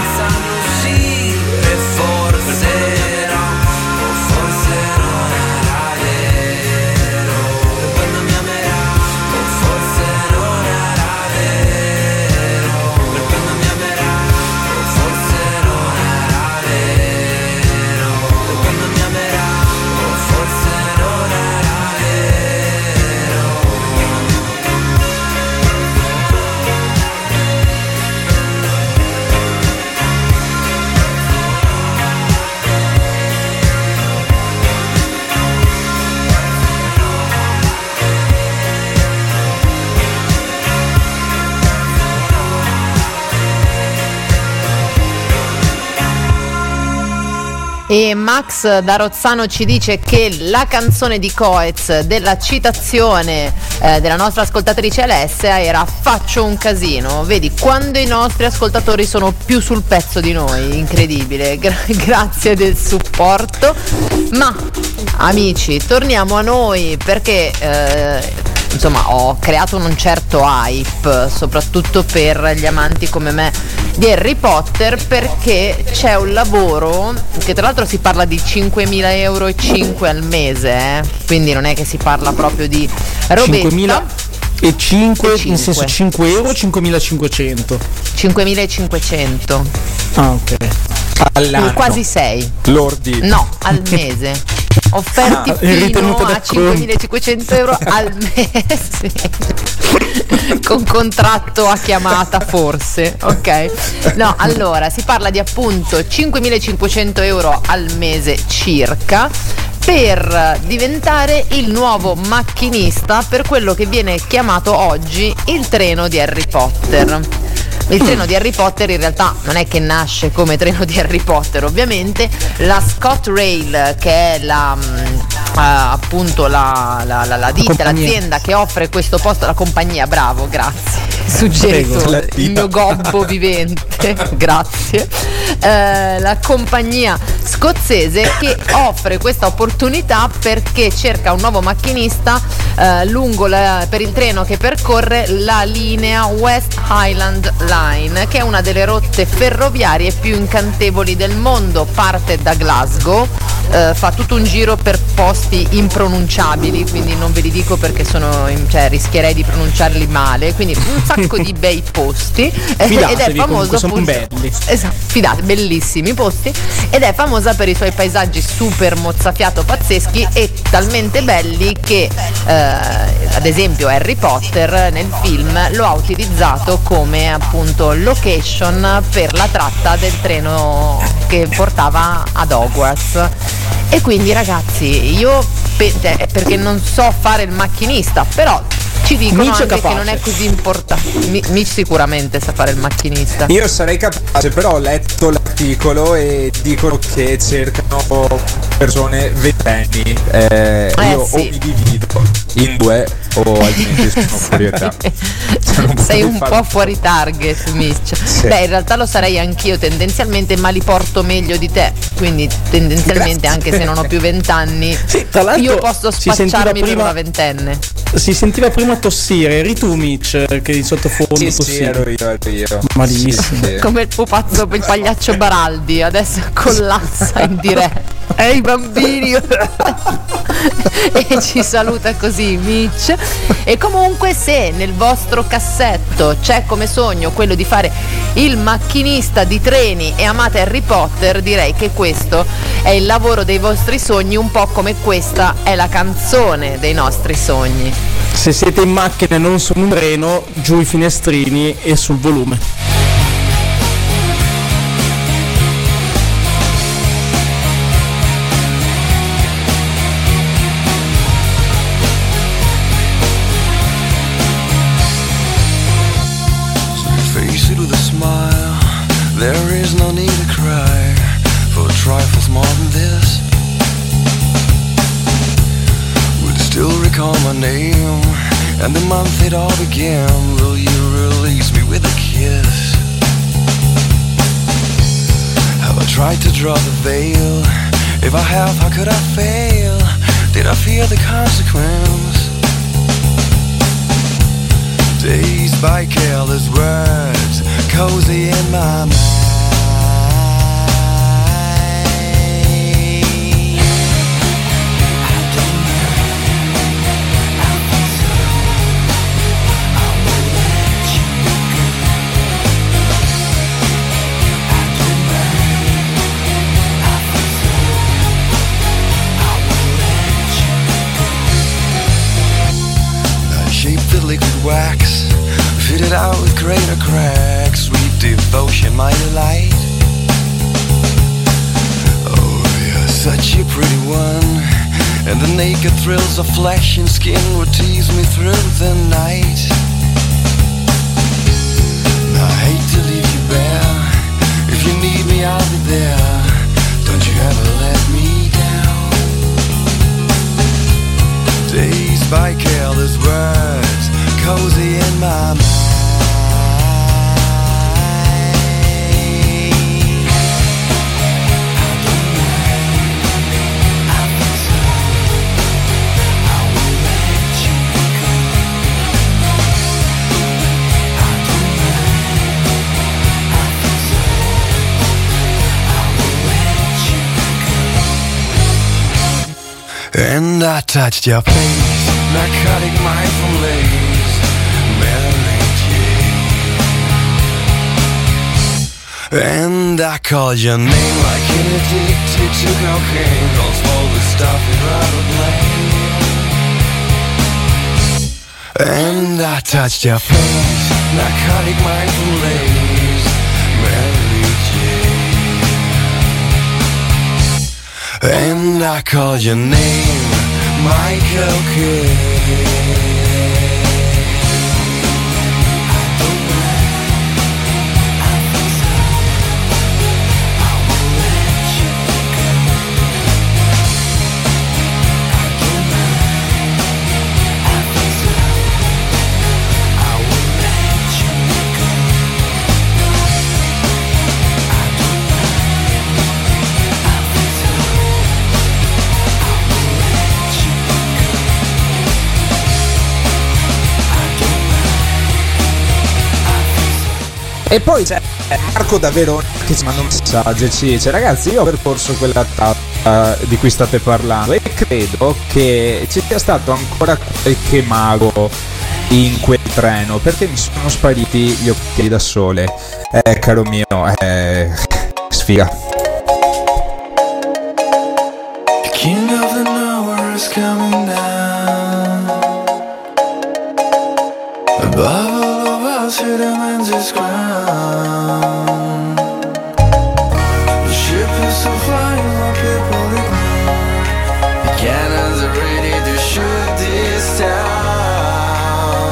E Max da Rozzano ci dice che la canzone di Coez della citazione eh, della nostra ascoltatrice Alessia era "Faccio un casino". Vedi quando i nostri ascoltatori sono più sul pezzo di noi, incredibile. Gra- grazie del supporto. Ma amici, torniamo a noi perché eh, insomma ho creato un certo hype soprattutto per gli amanti come me di Harry Potter, perché c'è un lavoro che tra l'altro si parla di cinquemila euro e cinque al mese, eh? Quindi non è che si parla proprio di robetta. cinquemila e cinque, in senso cinque euro o cinquemilacinquecento? cinquemilacinquecento. Ah, ok. All'anno. Quasi sei. Lordi. No, al mese. Offerti Ah, fino a cinquemilacinquecento euro al mese. Con contratto a chiamata forse, ok? No, allora si parla di appunto cinquemilacinquecento euro al mese circa per diventare il nuovo macchinista per quello che viene chiamato oggi il treno di Harry Potter. Il treno di Harry Potter in realtà non è che nasce come treno di Harry Potter, ovviamente. La ScotRail, che è la uh, appunto la, la, la, la ditta, la l'azienda che offre questo posto, la compagnia, bravo, grazie, suggerito Prego, il mio gobbo vivente, grazie. Uh, la compagnia scozzese che offre questa opportunità perché cerca un nuovo macchinista uh, lungo la, per il treno che percorre la linea West Highland Line, che è una delle rotte ferroviarie più incantevoli del mondo. Parte da Glasgow, eh, fa tutto un giro per posti impronunciabili, quindi non ve li dico perché sono, cioè, rischierei di pronunciarli male, quindi un sacco di bei posti. Fidatevi, ed è famoso sono appunto, belli. Esatto, fidate, bellissimi posti, ed è famosa per i suoi paesaggi super mozzafiato pazzeschi e talmente belli che eh, ad esempio Harry Potter nel film lo ha utilizzato come appunto location per la tratta del treno che portava ad Hogwarts. E quindi ragazzi, io pe- perché non so fare il macchinista, però Ci dicono Mitch è anche che capace. non è così importante. Mi- Mitch sicuramente sa fare il macchinista. Io sarei capace, però ho letto l'articolo e dicono che cercano persone ventenni. Eh, Eh, io sì. o mi divido in due o altrimenti sono fuori età. Cioè, non Sei potrei un fare- po' fuori target, Mitch. Sì. Beh, in realtà lo sarei anch'io tendenzialmente, ma li porto meglio di te. Quindi tendenzialmente, Grazie. anche se non ho più vent'anni, Sì, tra l'altro io posso si sentiva spacciarmi per prima- una ventenne. Si sentiva prima tossire, eri tu Mitch che di sottofondo Sì, sì, tossivi. ero io, ero io. Malissimo. Sì, sì. Come il pupazzo, il pagliaccio Baraldi, adesso collassa in diretta. Ehi bambini! E ci saluta così Mitch. E comunque, se nel vostro cassetto c'è come sogno quello di fare il macchinista di treni e amate Harry Potter, direi che questo è il lavoro dei vostri sogni, un po' come questa è la canzone dei nostri sogni. Se siete in macchina e non su un treno, giù i finestrini e sul volume. Face it with a smile. There is no need to cry for trifles more than this. Would still recall my name and the month it all began. Will you release me with a kiss? Have I tried to draw the veil? If I have, how could I fail? Did I fear the consequence? Dazed by careless words, cozy in my mind. I shaped the liquid wax, fitted out with greater cracks. Sweet devotion, my delight. Oh, you're such a pretty one, and the naked thrills of flesh and skin would tease me through the night. I hate to leave you bare. If you need me, I'll be there. Don't you ever let me down. Dazed by careless words, cozy in my mind. And I touched your face, narcotic mindful lace, Mary Jane. And I called your name like an addicted to cocaine, calls for the stuff you'd rather blame. And I touched your face, narcotic mindful lace, Mary Jane. And I called your name, Michael Kidd. E poi c'è Marco da Verona che ci manda un messaggio e ci dice: ragazzi, io ho percorso quella tappa di cui state parlando e credo che ci sia stato ancora qualche mago in quel treno, perché mi sono spariti gli occhiali da sole. Eh, caro mio, eh, sfiga. The king of the hour is coming down. Above all of us, hidden in this ground. The ship is still flying while people ignore. The cannons are ready to shoot this town.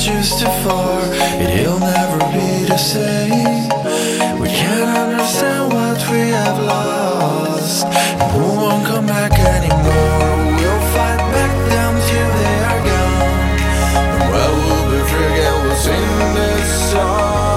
used to for, it'll never be the same. We can't understand what we have lost, and we won't come back anymore. We'll fight back down till they are gone, and well, we'll be free and we'll sing this song.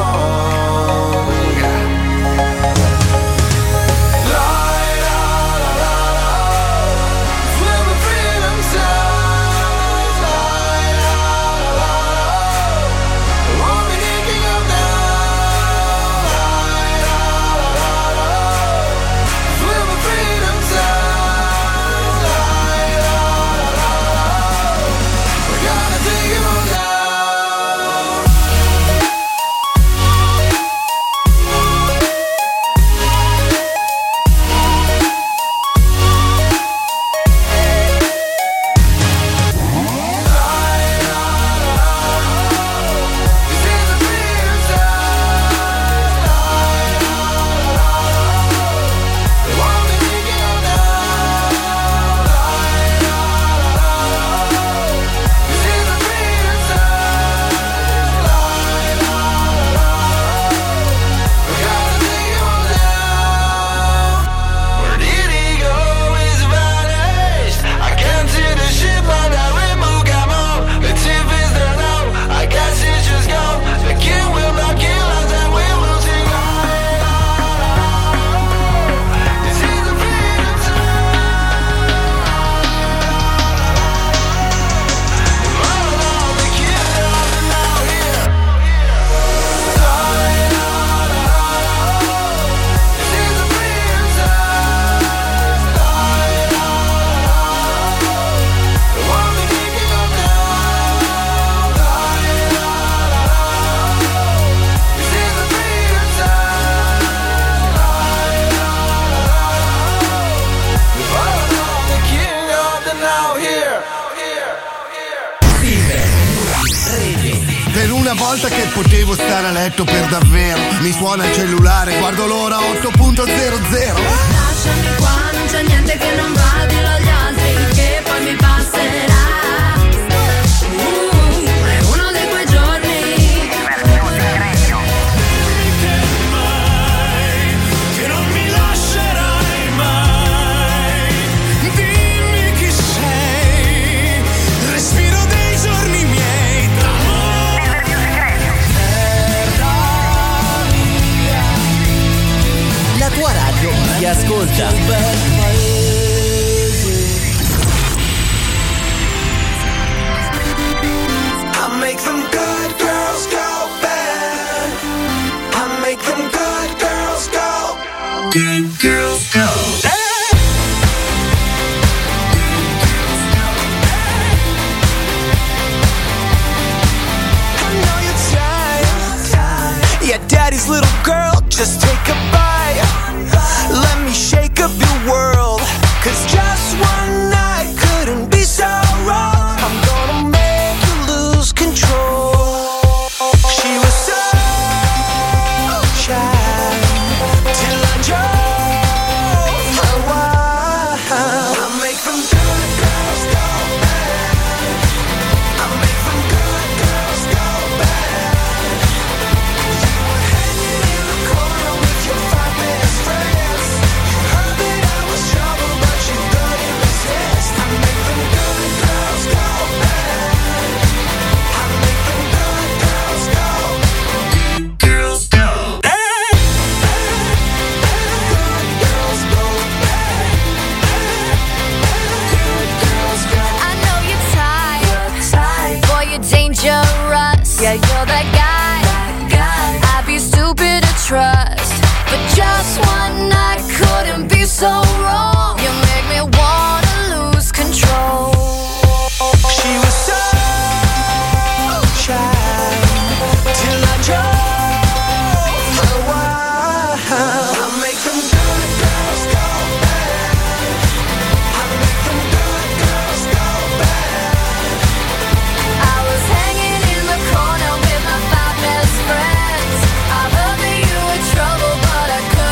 Potevo stare a letto per davvero. Mi suona il cellulare, guardo l'ora otto punto zero zero. Lasciami qua, non c'è niente che non va, dillo agli altri che poi mi passerà. Uh, è uno di quei giorni. Che non mi lascerai mai. Dimmi chi sei. Respiro dei giorni miei d'amore. La tua radio ti ascolta. I make them good girls go bad. I make them good girls go. Good girls go. I know you're tired. Yeah, daddy's little girl, just take a bite. Let me shake up your world, 'cause just one night couldn't be so wrong. I'm gonna make you lose control. She was so shy till I drove her wild. I make them good girls go bad. I make them good girls go bad. You were hanging in the corner with your five best friends. You heard that I was trouble, but you couldn't resist. I make them good girls go bad. I make them good girls go. Good girls go. Good girls go bad. Good girls go. I know you're tired, boy, you're dangerous. Yeah, you're that guy, I'd be stupid to trust. But just one night couldn't be so wrong. You make me wanna lose control. She was so shy till I drove her wild. I make them good girls go bad. I make them good girls go bad. I was hanging in the corner with my five best friends. I heard that you were trouble, but I couldn't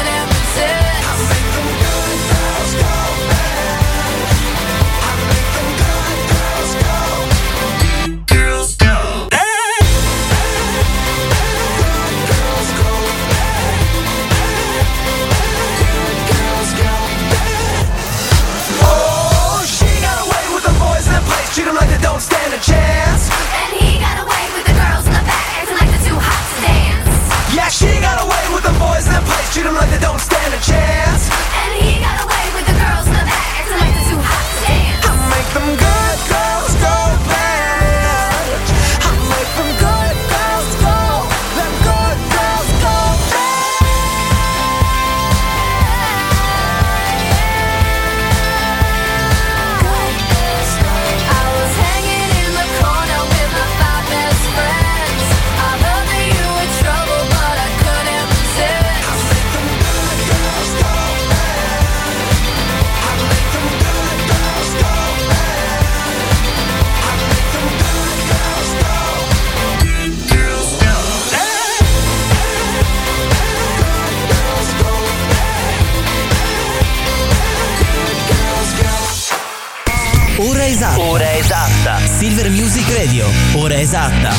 ora esatta. Silver Music Radio, ora esatta.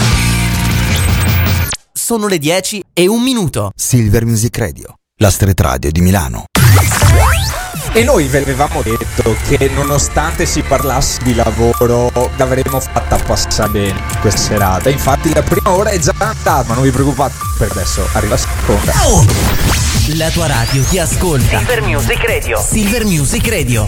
Sono le dieci e un minuto. Silver Music Radio, la street radio di Milano. E noi vi avevamo detto che nonostante si parlasse di lavoro l'avremmo fatta passare bene questa serata. Infatti la prima ora è già andata, ma non vi preoccupate, per adesso arriva la seconda. Oh! La tua radio ti ascolta. Silver Music Radio. Silver Music Radio.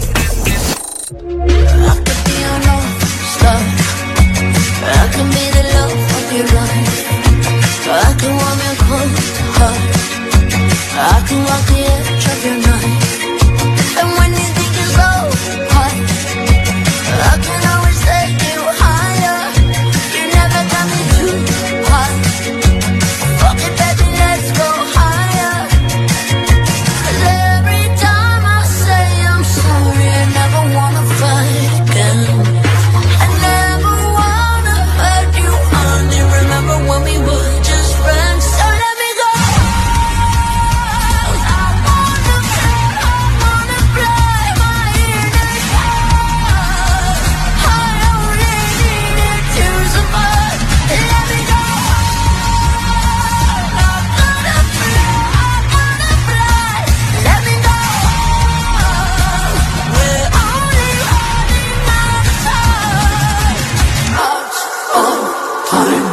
I can be the love of your life. I can warm your cold heart. I can walk the edge of your knife. And when you think you go high, I can always take you higher. You never got me too high. Fuck it, baby, let's go higher. 'Cause every time I say I'm sorry, I never wanna fight again. When we were just friends, so let me go. I wanna fly, I wanna fly my inner sky. I only needed to survive. Let me go. I wanna fly, I wanna fly. Let me go. We're only running out of time. Out of time.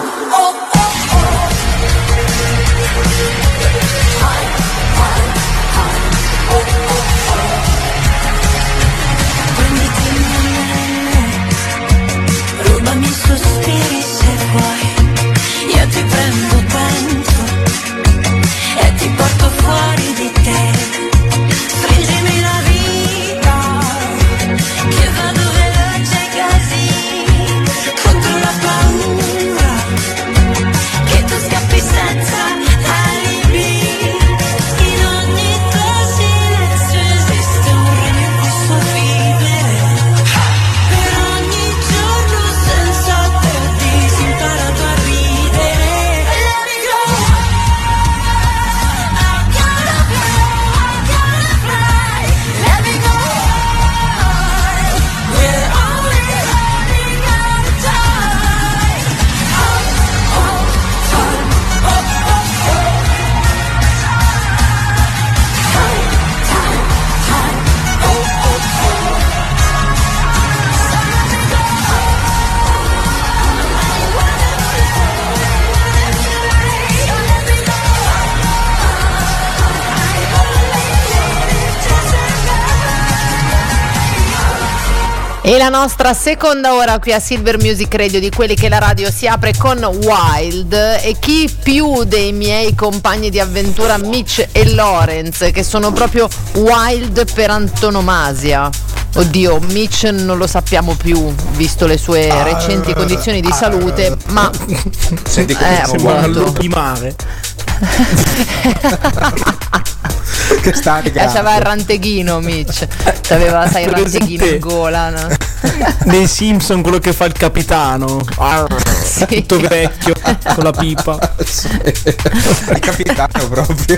Rubami i sospiri se vuoi, io ti prendo dentro e ti porto fuori di te. Stringimi la vita, che vado veloce così, contro la paura, che tu scappi senza alibi. In ogni tuo silenzio esiste un regno in cui so vivere. Per ogni giorno senza te disimparato a ridere. Let me go. I gotta fly, I gotta fly. Let me go. We're only running out of time. Oh, oh, time. Oh, oh, oh. Time, time, time. Oh, oh, oh. So let me go. E la nostra seconda ora qui a Silver Music Radio, di quelli che la radio si apre con Wild, e chi più dei miei compagni di avventura Mitch e Lorenz, che sono proprio wild per antonomasia. Oddio, Mitch non lo sappiamo più, visto le sue recenti condizioni di salute, ma senti come eh, sembra appunto. lupo di mare. Che sta Eh, c'aveva il ranteghino Mitch, c'aveva, sai, il ranteghino in gola, no? Dei Simpson, quello che fa il capitano. Sì. Tutto vecchio, con la pipa. Sì. Il capitano proprio.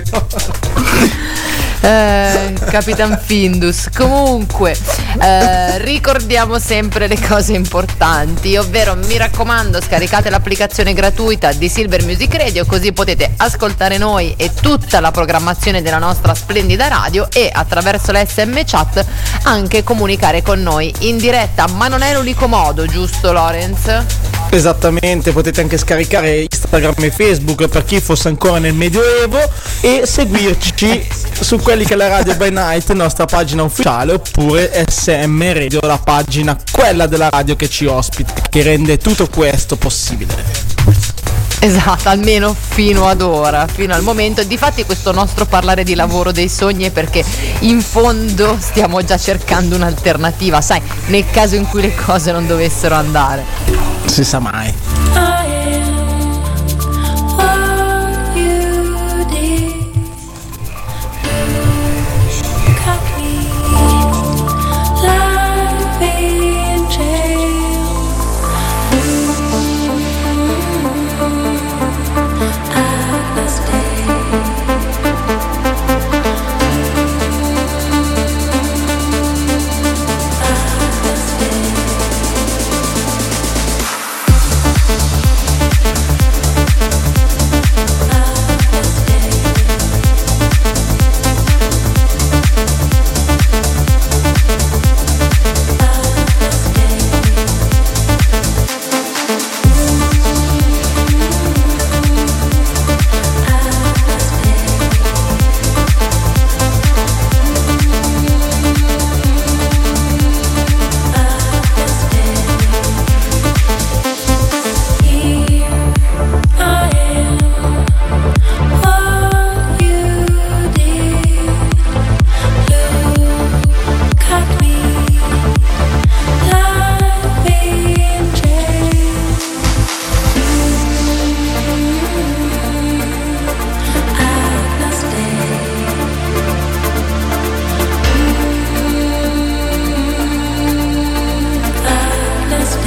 Eh, Capitan Findus. Comunque eh, ricordiamo sempre le cose importanti, ovvero, mi raccomando, scaricate l'applicazione gratuita di Silver Music Radio, così potete ascoltare noi e tutta la programmazione della nostra splendida radio, e attraverso la S M Chat anche comunicare con noi in diretta. Ma non è l'unico modo, giusto Lorenz? Esattamente, potete anche scaricare Instagram e Facebook per chi fosse ancora nel Medioevo, e seguirci su quelli che è la Radio by Night, nostra pagina ufficiale, oppure S M Radio, la pagina quella della radio che ci ospita, che rende tutto questo possibile. Esatto, almeno fino ad ora, fino al momento. Difatti questo nostro parlare di lavoro dei sogni è perché in fondo stiamo già cercando un'alternativa, sai, nel caso in cui le cose non dovessero andare. Si sa mai.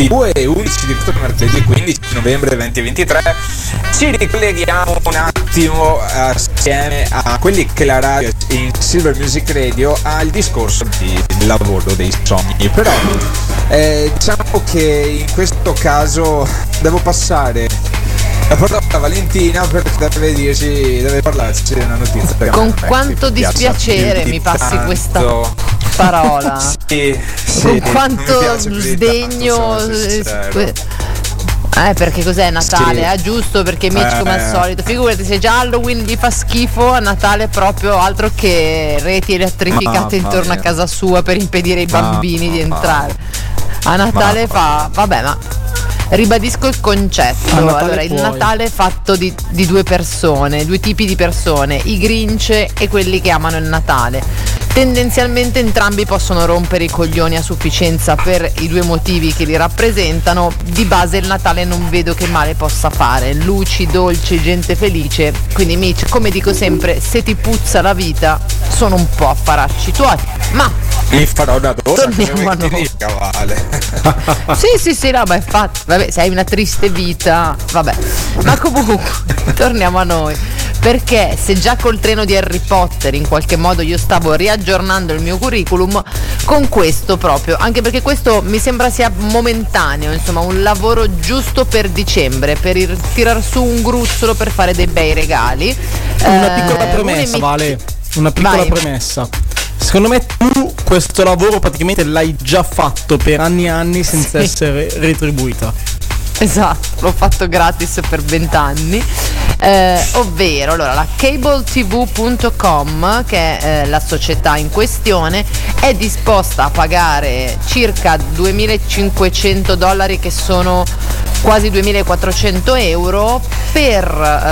ventidue e undici di mercoledì quindici novembre duemilaventitré ci ricolleghiamo un attimo assieme a quelli che la radio in Silver Music Radio ha il discorso di, del lavoro dei sogni. Però eh, diciamo che in questo caso devo passare la parola a Valentina perché deve dirci, deve parlarci di una notizia. Con quanto dispiacere mi passi tanto. questa parola. Sì, sì, con quanto sdegno. Eh, perché cos'è Natale? Sì. Ah, giusto, perché Mitch, Eh. come al solito, figurati, se già Halloween gli fa schifo, a Natale proprio altro che reti elettrificate Mamma intorno mia. a casa sua per impedire ai bambini Mamma di entrare. A Natale fa, vabbè, ma ribadisco il concetto. A Natale Allora, il puoi. Natale è fatto di, di due persone, due tipi di persone, i Grinch e quelli che amano il Natale. Tendenzialmente entrambi possono rompere i coglioni a sufficienza per i due motivi che li rappresentano. Di base il Natale non vedo che male possa fare, luci, dolci, gente felice. Quindi Mitch, come dico sempre, se ti puzza la vita sono un po' affaracci tuoi. Ma mi farò una doccia, torniamo a noi. Vale. Sì, sì, sì, no, ma infatti, vabbè, se hai una triste vita, vabbè. Ma comunque, torniamo a noi. Perché se già col treno di Harry Potter in qualche modo io stavo riaggiornando il mio curriculum, con questo proprio, anche perché questo mi sembra sia momentaneo, insomma, un lavoro giusto per dicembre, per ir- tirar su un gruzzolo per fare dei bei regali. Una Eh, piccola premessa, un'emitt- Vale. Una piccola Vai. premessa. Secondo me tu questo lavoro praticamente l'hai già fatto per anni e anni senza Sì. essere retribuita. Esatto, l'ho fatto gratis per vent'anni. Eh, ovvero, allora, la cable t v punto com, che è eh, la società in questione, è disposta a pagare circa duemilacinquecento dollari, che sono quasi duemilaquattrocento euro, per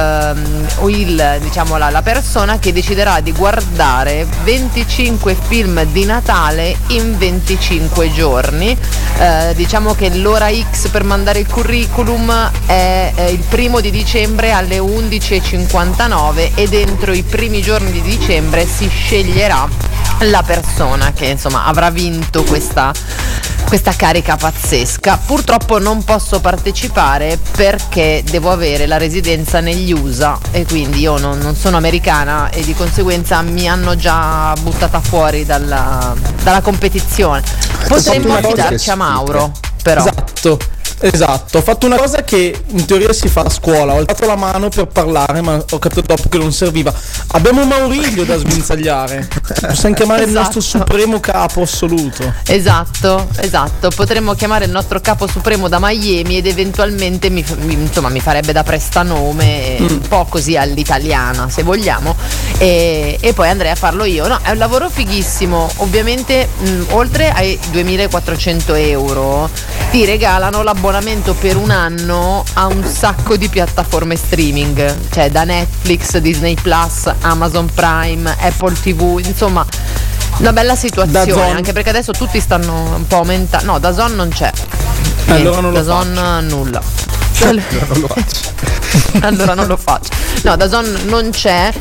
ehm, il, diciamo, la, la persona che deciderà di guardare venticinque film di Natale in venticinque giorni. Eh, diciamo che l'ora X per mandare il curriculum è eh, il primo di dicembre alle undici e cinquantanove e dentro i primi giorni di dicembre si sceglierà la persona che insomma avrà vinto questa questa carica pazzesca. Purtroppo non posso partecipare perché devo avere la residenza negli U S A e quindi io non, non sono americana e di conseguenza mi hanno già buttata fuori dalla, dalla competizione. Potremmo affidarci a Mauro, però. Esatto. Esatto, ho fatto una cosa che in teoria si fa a scuola, ho alzato la mano per parlare ma ho capito dopo che non serviva. Abbiamo Mauriglio da sguinzagliare, possiamo chiamare il nostro Esatto. supremo capo assoluto. Esatto, esatto, potremmo chiamare il nostro capo supremo da Miami ed eventualmente mi, mi- insomma, mi farebbe da prestanome, Mm. un po' così all'italiana se vogliamo, e, e poi andrei a farlo io. No, è un lavoro fighissimo, ovviamente mh, oltre ai duemilaquattrocento euro ti regalano l'abbonamento per un anno a un sacco di piattaforme streaming, cioè da Netflix, Disney Plus, Amazon Prime, Apple T V, insomma una bella situazione, DAZN. anche perché adesso tutti stanno un po' aumentando. No, DAZN non c'è. Allora non lo DAZN nulla. Non lo faccio. Allora non lo faccio. No, DAZN non c'è.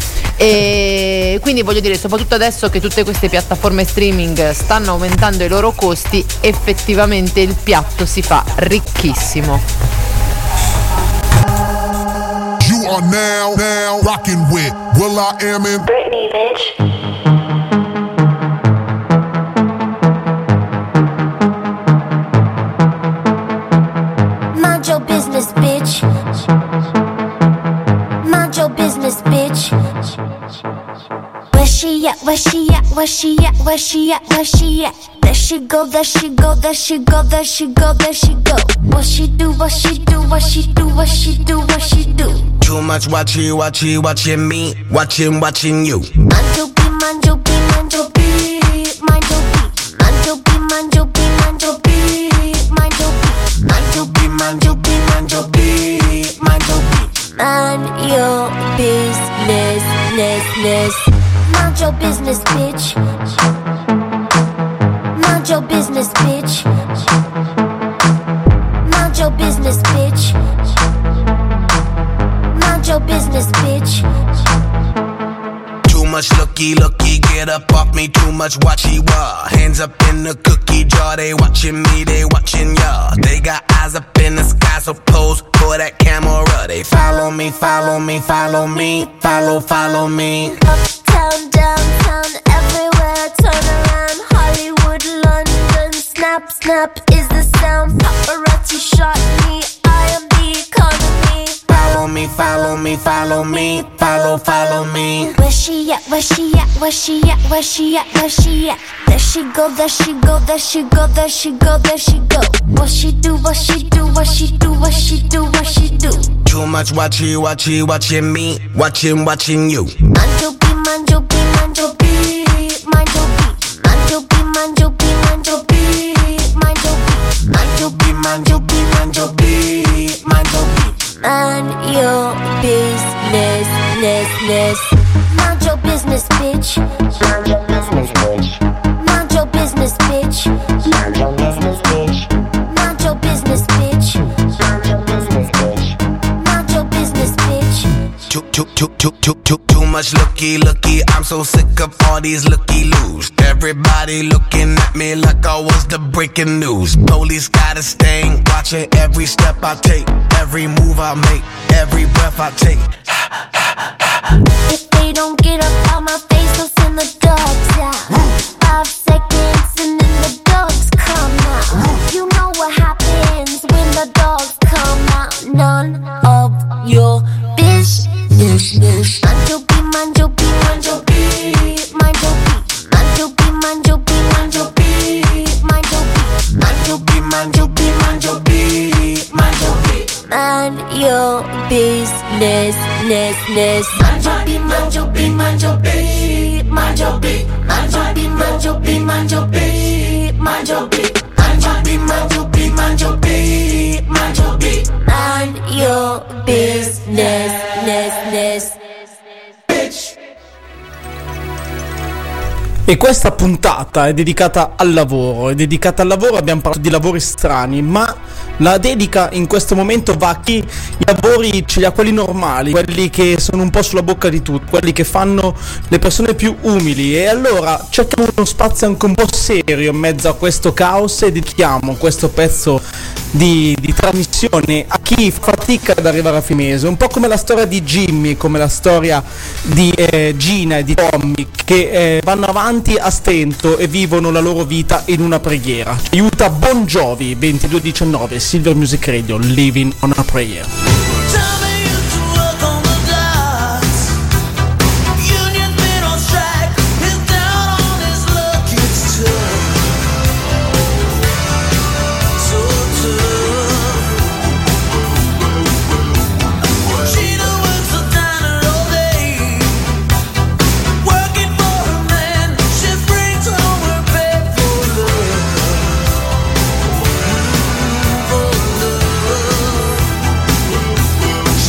E quindi voglio dire, soprattutto adesso che tutte queste piattaforme streaming stanno aumentando i loro costi, effettivamente il piatto si fa ricchissimo. You are now, now rocking with Will I Am in Britney, bitch. Mind your business, bitch. Mind your business, bitch. Where she at? Where she at? Where she at? Where she at? Where she at? There she go, there she go, there she go, there she go, there she go. What she do? What she do? What she do? What she do? What she do? Too much watching, watching, watching me, watching, watching you. Mind your beat, mind your beat, mind your beat, mind your beat, mind your beat, mind your beat, mind your beat, mind your beat, mind your beat, mind your beat, mind your beat, mind your beat. Mind your business, ness, ness. Mind your business, bitch. Mind your business, bitch. Mind your business, bitch. Mind your business, bitch. Too much looky, looky, get up off me. Too much watchy, wah. Hands up in the cookie lucky jaw. They watching me, they watching y'all. They got eyes up in the sky, so pose for that camera. They follow me, follow me, follow me, follow, follow me. Uptown, downtown, everywhere, turn around. Hollywood, London, snap, snap is the sound. Paparazzi shot me, I am the economy. Follow me, follow me, follow me, follow, follow me. Where she at, where she at, where she at, where she at, where she at? There she go, there she go, there she go, there she go, there she go. What she do, what she do, what she do, what she do, what she do. Too much watching, watching, watching me, watching, watching you. Manjo B, Manjo B, Manjo B, Manjo B, Manjo B, Manjo B, Manjo B, Manjo B, Manjo B, Manjo B, Manjo B, Manjo B. Mind your business, ness, ness. Mind your business, bitch. Mind your business, bitch. Mind your business, bitch. Mind your business, bitch. Mind your business, bitch. Mind your business, bitch. Mind your business, bitch. Too, too, too, too, too, too, too much looky, looky. I'm so sick of all these looky loos. Everybody looking at me like I was the breaking news. Police got a stain, watching every step I take, every move I make, every breath I take. If they don't get up out my face, I'll send the dogs out. Five seconds and then the dogs come out. You know what happens when the dogs come out. None of your business. Manjo B, Manjo B, Manjo B, Manjo B, Manjo B, Manjo B, Manjo B, Manjo B, Manjo B, Manjo B, Manjo B, Manjo B. Mind your business, ness, ness. Manjo B, Manjo B, Manjo B, Manjo B, Manjo B, Manjo B, Manjo B, Manjo B, Manjo B, Manjo B, Manjo B, Manjo B. Mind your business, ness, ness. E questa puntata è dedicata al lavoro, è dedicata al lavoro, abbiamo parlato di lavori strani, ma la dedica in questo momento va a chi i lavori ce li ha, quelli normali, quelli che sono un po' sulla bocca di tutti, quelli che fanno le persone più umili, e allora cerchiamo uno spazio anche un po' serio in mezzo a questo caos e dedichiamo questo pezzo di, di trasmissione a chi fa fatica ad arrivare a fine mese, un po' come la storia di Jimmy, come la storia di eh, Gina e di Tommy, che eh, vanno avanti a stento e vivono la loro vita in una preghiera. Ci aiuta Bon Jovi, ventidue diciannove, Silver Music Radio, Living on a Prayer. She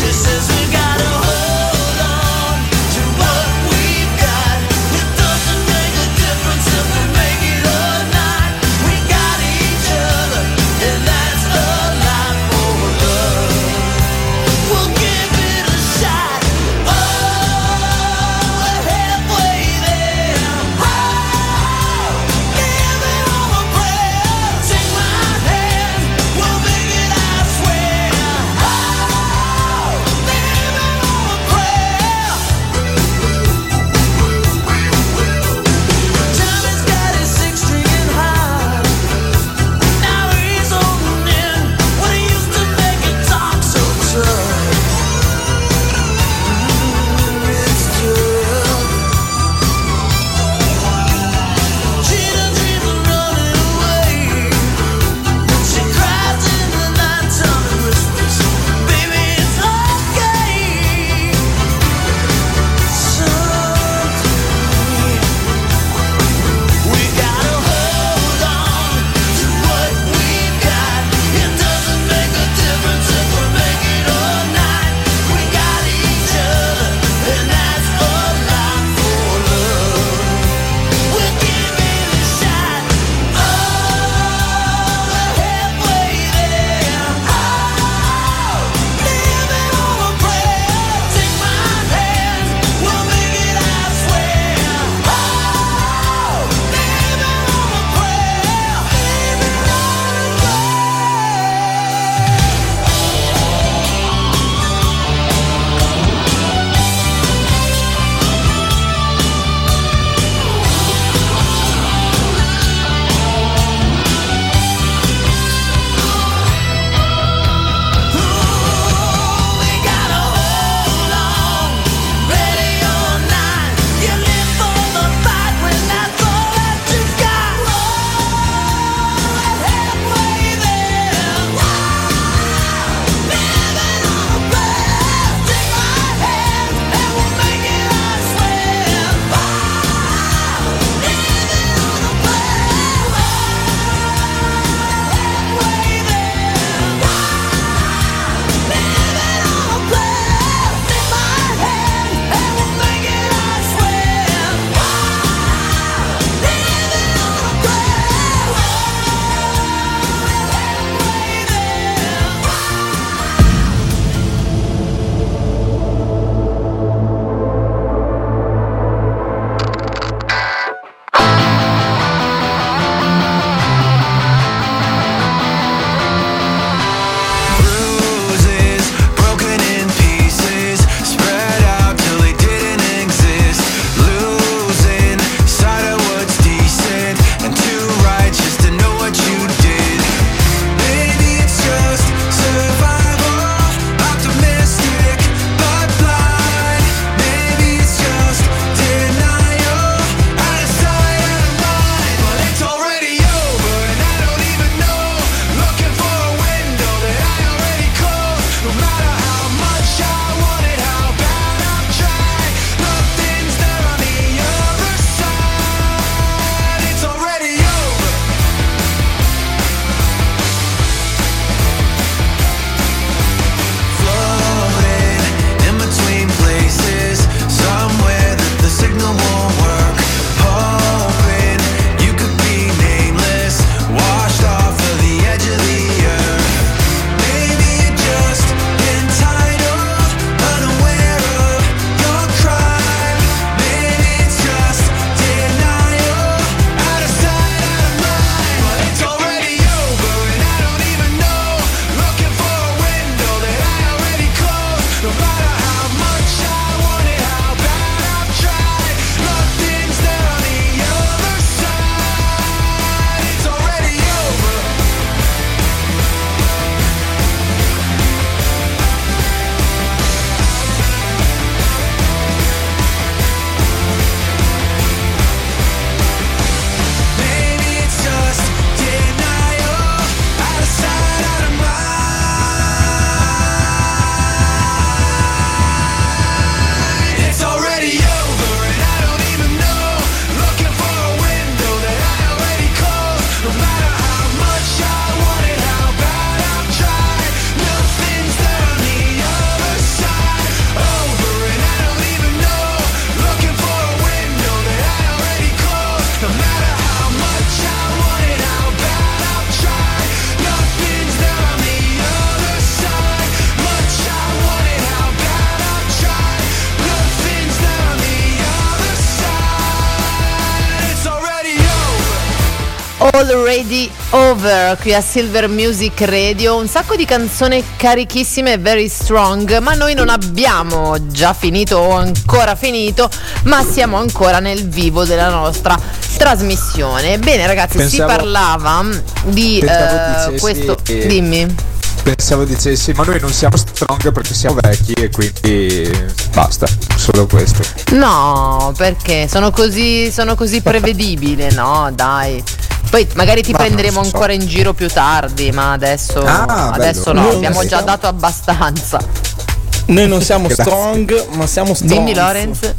Already Over qui a Silver Music Radio, un sacco di canzoni carichissime e very strong, ma noi non abbiamo già finito o ancora finito, ma siamo ancora nel vivo della nostra trasmissione. Bene ragazzi, Pensavo- si parlava di Pensavo eh, dicessi questo, che- dimmi. Pensavo dicessi, ma noi non siamo strong perché siamo vecchi e quindi basta, solo questo. No, perché sono così, sono così prevedibile, no, dai. Poi magari ti Ma prenderemo non so. ancora in giro più tardi, ma adesso, Ah, adesso bello. no, Noi abbiamo già siamo- dato abbastanza. Noi non siamo Grazie. strong, ma siamo strong. Dimmi Lorenz.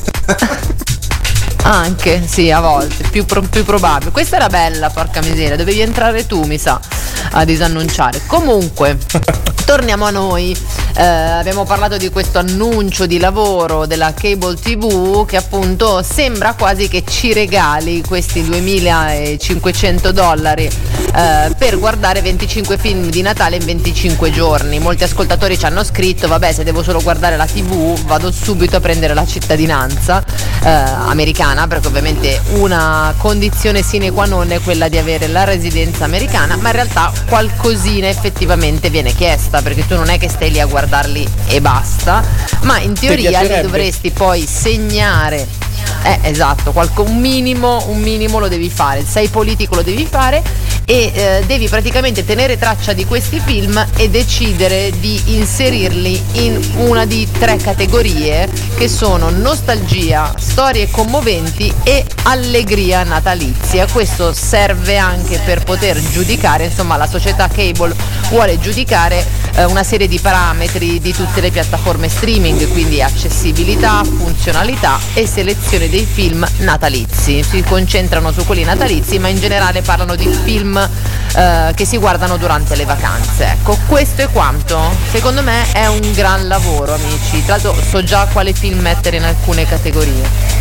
Anche, sì, a volte, più, pro- più probabile. Questa era bella, porca miseria, dovevi entrare tu, mi sa, a disannunciare. Comunque, torniamo a noi. Eh, abbiamo parlato di questo annuncio di lavoro della Cable tivù che appunto sembra quasi che ci regali questi duemilacinquecento dollari eh, per guardare venticinque film di Natale in venticinque giorni. Molti ascoltatori ci hanno scritto: vabbè, se devo solo guardare la tivù vado subito a prendere la cittadinanza eh, americana, perché ovviamente una condizione sine qua non è quella di avere la residenza americana, ma in realtà qualcosina effettivamente viene chiesta, perché tu non è che stai lì a guardarli e basta, ma in teoria li piacerebbe? dovresti poi segnare. Eh, esatto, qualco, un minimo, un minimo lo devi fare, sei politico lo devi fare e eh, devi praticamente tenere traccia di questi film e decidere di inserirli in una di tre categorie che sono nostalgia, storie commoventi e allegria natalizia. Questo serve anche per poter giudicare, insomma la società Cable vuole giudicare eh, una serie di parametri di tutte le piattaforme streaming, quindi accessibilità, funzionalità e selezione dei film natalizi. Si concentrano su quelli natalizi, ma in generale parlano di film eh, che si guardano durante le vacanze. Ecco, questo è quanto. Secondo me è un gran lavoro, amici. Tra l'altro so già quale film mettere in alcune categorie.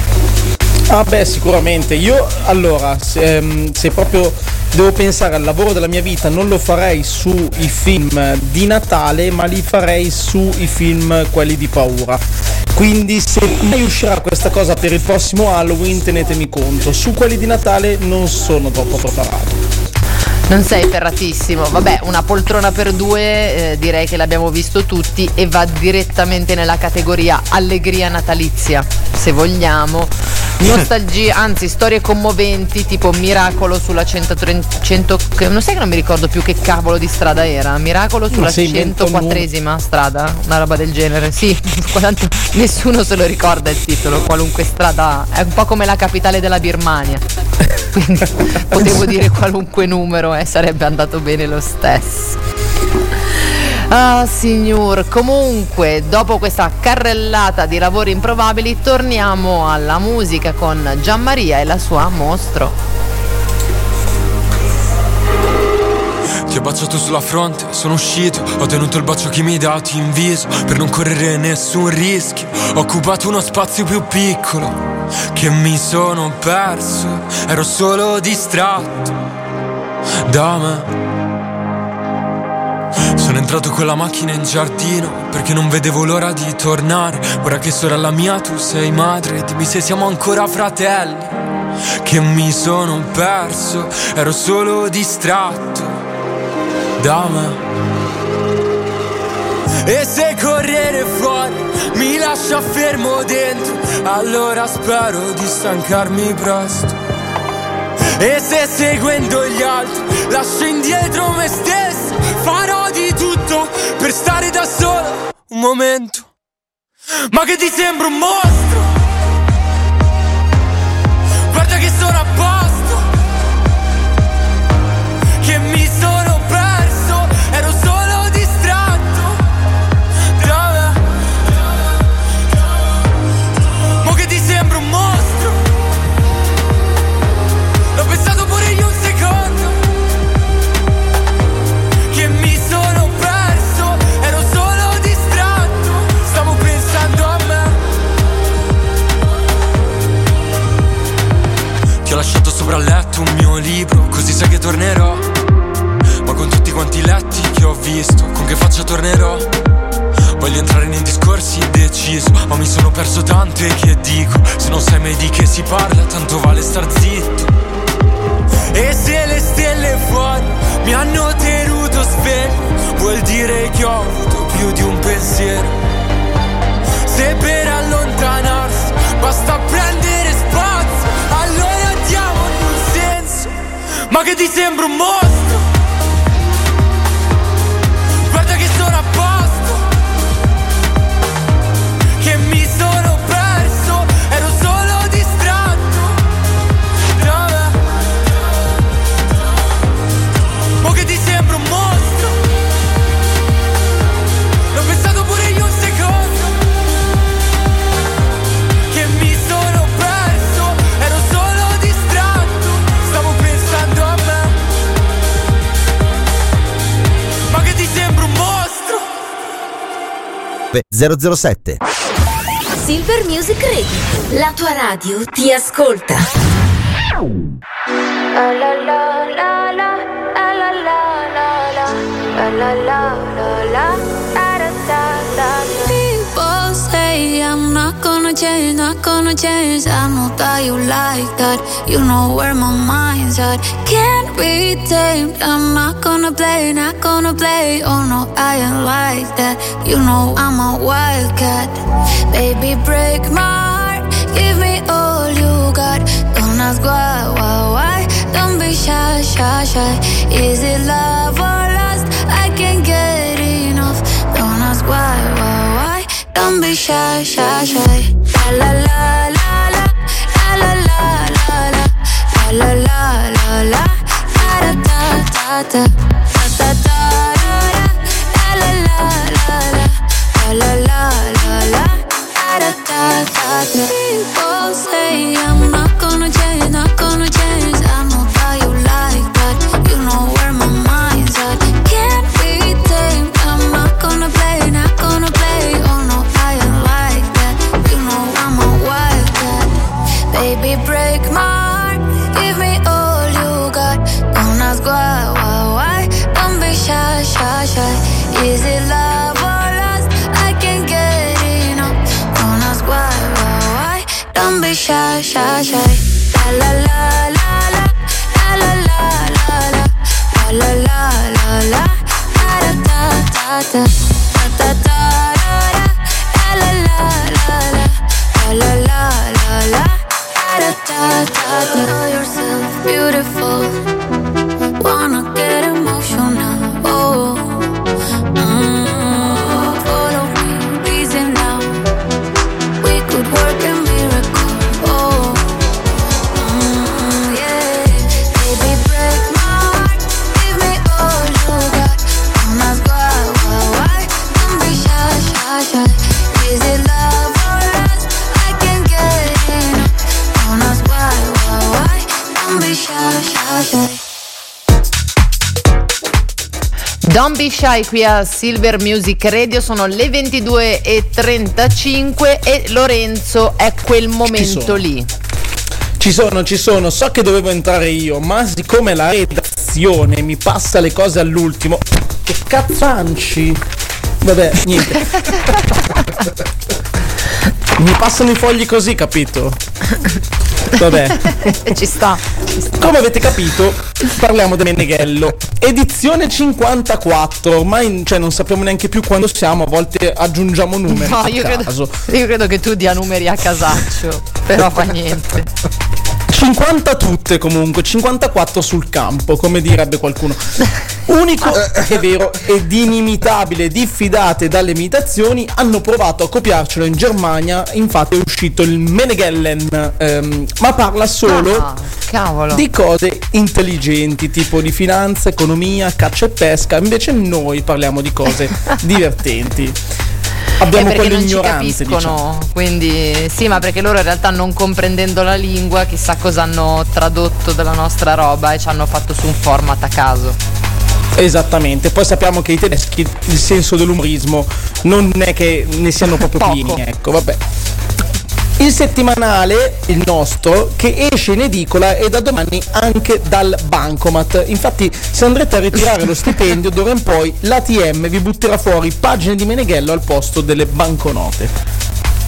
Ah beh, sicuramente. Io allora, se, ehm, se proprio devo pensare al lavoro della mia vita, non lo farei sui film di Natale, ma li farei sui film quelli di paura. Quindi se mai uscirà questa cosa per il prossimo Halloween, tenetemi conto. Su quelli di Natale non sono troppo preparato. Non sei ferratissimo. Vabbè, una poltrona per due eh, direi che l'abbiamo visto tutti e va direttamente nella categoria allegria natalizia, se vogliamo. Nostalgia, anzi storie commoventi tipo Miracolo sulla centotrenta, cento, non sai che non mi ricordo più che cavolo di strada era. Miracolo sulla centoquattresima strada, una roba del genere. Sì, tanto nessuno se lo ricorda il titolo, qualunque strada, è un po' come la capitale della Birmania. Quindi potevo dire qualunque numero e sarebbe andato bene lo stesso. Ah signor, comunque dopo questa carrellata di lavori improbabili torniamo alla musica con Gianmaria e la sua Mostro. Ti ho baciato sulla fronte, sono uscito, ho tenuto il bacio che mi hai dato in viso per non correre nessun rischio. Ho occupato uno spazio più piccolo che mi sono perso, ero solo distratto da me. Sono entrato con la macchina in giardino perché non vedevo l'ora di tornare. Ora che sorella mia tu sei madre, dimmi se siamo ancora fratelli. Che mi sono perso, ero solo distratto da me. E se correre fuori mi lascia fermo dentro, allora spero di stancarmi presto. E se seguendo gli altri lascio indietro me stesso, farò di tutto per stare da solo un momento. Ma che ti sembra un mostro? Guarda che sono a posto, che mi sono perso, ero solo distratto da me. Ma che ti sembra un mostro? L'ho pensato pure io un secondo, che mi sono perso, ero solo distratto, stavo pensando a me. Ti ho lasciato sopra il letto un mio libro, così sai che tornerò. Ma con tutti quanti letti che ho visto, con che faccia tornerò? Voglio entrare nei discorsi indeciso, ma mi sono perso tanto e che dico? Se non sai mai di che si parla, tanto vale star zitto. E se le stelle fuori mi hanno tenuto sveglio, vuol dire che ho avuto più di un pensiero. Se per allontanarsi basta prendere spazio, allora diamogli un senso. Ma che ti sembra un mostro? Guarda che sono a posto, che mi sono perso, ero solo distratto. Dove? Ma che ti sembra un mostro? L'ho pensato pure io un secondo, che mi sono perso, ero solo distratto, stavo pensando a me. Ma che ti sembra un mostro? zero zero sette. Silver Music Radio, la tua radio ti ascolta. La la la la la, la la la la la, la la la la, da da da. People say I'm not gonna change, not gonna change. I know that you like that. You know where my mind's at. Can't be tamed. I'm not gonna play, not gonna play. Oh no, I ain't like that. You know I'm a wildcat. Baby, break my heart. Give me all you got. Don't ask why, why, why. Don't be shy, shy, shy. Is it love or lust? I can't get enough. Don't ask why, why, why. Don't be shy, shy, shy. La la la la la, la la la la la, la la la la la, da da da da, da da da da, la la la la la, la la la la, da da da da. People say I'm not gonna change, not gonna change. I know that you like that. You know where my mind's at. Can't be tamed. I'm not gonna play, not gonna play. Oh no, I ain't like that. You know I'm a wildcat. Baby, break my heart. Give me all you got. Don't ask why, why, why. Don't be shy, shy, shy. Is it love or lust? I can't get enough. Don't ask why, why, why. Don't be shy, shy, shy. La la la la la, la la la la la, la la la la la, da da da da, da da da da, la la la la, la la la la la, da da da da. Know yourself beautiful. Wanna get emotional. Oh, mm, follow me, reason now. We could work a miracle. Oh, mm, yeah. Baby, break my heart. Give me all you got. Don't ask why, why, why. Don't be shy, shy, shy. Is it love or lust? I can't get enough. Don't ask why, why, why. Don't be shy, shy, shy. Don't Be Shy qui a Silver Music Radio, sono le ventidue e trentacinque e Lorenzo è quel momento lì. Ci sono, ci sono, so che dovevo entrare io, ma siccome la redazione mi passa le cose all'ultimo, che cazzanci, vabbè, niente. Mi passano i fogli così, capito? Vabbè. Ci sta, ci sta. Come avete capito, parliamo del Meneghello. Edizione cinquantaquattro. Ormai cioè, non sappiamo neanche più quando siamo. A volte aggiungiamo numeri. No, a io caso. credo, io credo che tu dia numeri a casaccio. Però fa niente. cinquanta tutte comunque, cinquantaquattro sul campo, come direbbe qualcuno. Unico, è vero, ed inimitabile, diffidate dalle imitazioni, hanno provato a copiarcelo in Germania, infatti è uscito il Menegellen, ehm, ma parla solo ah, cavolo. di cose intelligenti, tipo di finanza, economia, caccia e pesca, invece noi parliamo di cose divertenti. Abbiamo eh, perché quelle non ignoranze, ci capiscono, diciamo. Quindi sì, ma perché loro in realtà non comprendendo la lingua chissà cosa hanno tradotto della nostra roba e ci hanno fatto su un format a caso. Esattamente, poi sappiamo che i tedeschi il senso dell'umorismo non è che ne siano proprio Poco. pieni, ecco, vabbè. Il settimanale, il nostro, che esce in edicola e da domani anche dal Bancomat. Infatti, se andrete a ritirare lo stipendio, d'ora in poi l'A T M vi butterà fuori pagine di Meneghello al posto delle banconote.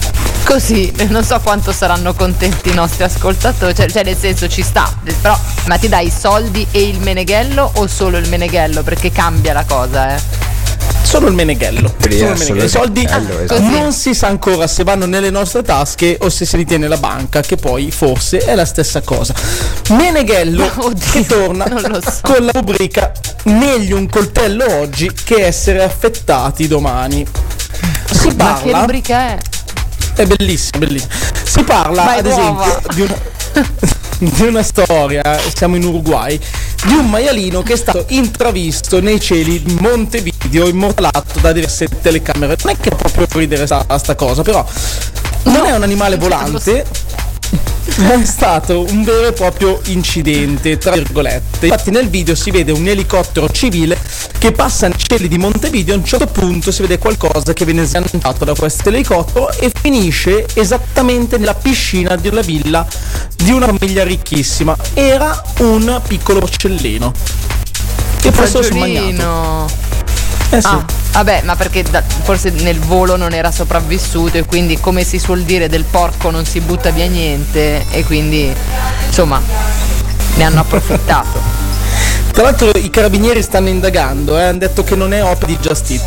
così, non so quanto saranno contenti i nostri ascoltatori, cioè, cioè nel senso ci sta, però ma ti dai i soldi e il meneghello o solo il meneghello? Perché cambia la cosa, eh. Solo il meneghello, Sì, solo il eh, meneghello. solo I il soldi meneghello, esatto. non si sa ancora se vanno nelle nostre tasche o se se li tiene la banca, che poi forse è la stessa cosa. Meneghello che torna so. con la rubrica meglio un coltello oggi che essere affettati domani. Si Ma parla, che rubrica è? è bellissimo, bellissimo. Si parla Vai, ad uova. esempio di una, di una storia, siamo in Uruguay, di un maialino che è stato intravisto nei cieli di Montevideo, immortalato da diverse telecamere. Non è che è proprio ridere sta, sta cosa, però non è un animale volante, ma è stato un vero e proprio incidente, tra virgolette. Infatti nel video si vede un elicottero civile che passa nei cieli di Montevideo. A un certo punto si vede qualcosa che viene sganciato da questo elicottero e finisce esattamente nella piscina della villa di una famiglia ricchissima. Era un piccolo porcellino e poi se lo sono mangiato. Eh sì. Ah, vabbè, ma perché da- forse nel volo non era sopravvissuto e quindi, come si suol dire, del porco non si butta via niente e quindi insomma ne hanno approfittato. Tra l'altro i carabinieri stanno indagando, eh, hanno detto che non è opera di Just Eat.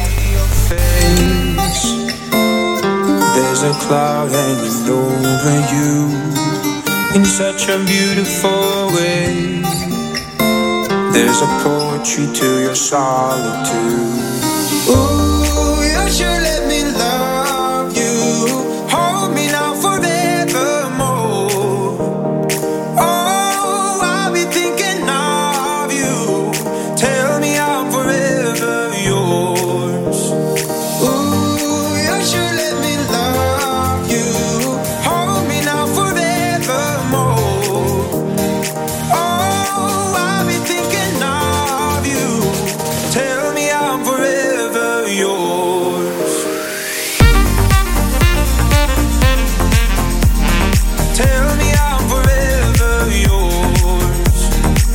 There's a cloud hanging over you in such a beautiful way. There's a poetry to your solitude. Ooh, you should let me love you. Hold me now forevermore. Oh, I'll be thinking of you. Tell me I'm forever yours. Ooh, you should let me love you. Hold me now forevermore. Oh, I'll be thinking of you. Tell me I'm forever yours. Tell me I'm forever yours.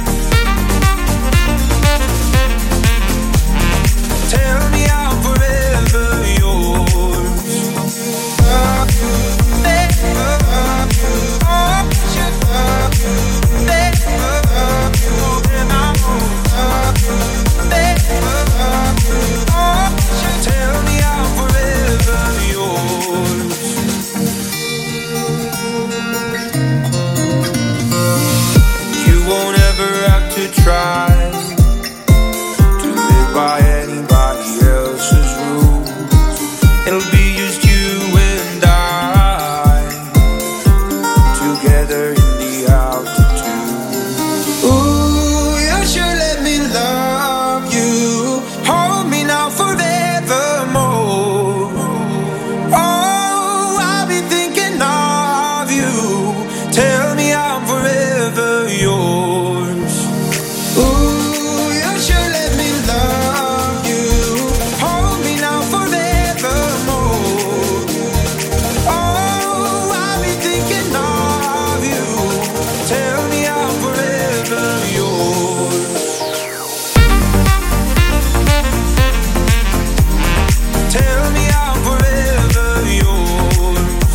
Tell me I'm forever yours. Love you, love you, oh, should love you, love you, and I won't love you, love you, oh, should tell me I'm forever yours. You won't ever have to try to live by anybody else's rules. It'll be just you and I together in the altitude. Ooh, you should let me love you. Hold me now forevermore. Oh, I'll be thinking of you. Tell me I'm forever yours. Ooh, you should let me love you. Hold me now forevermore. Oh, I'll be thinking of you. Tell me I'm forever yours. Tell me I'm forever yours.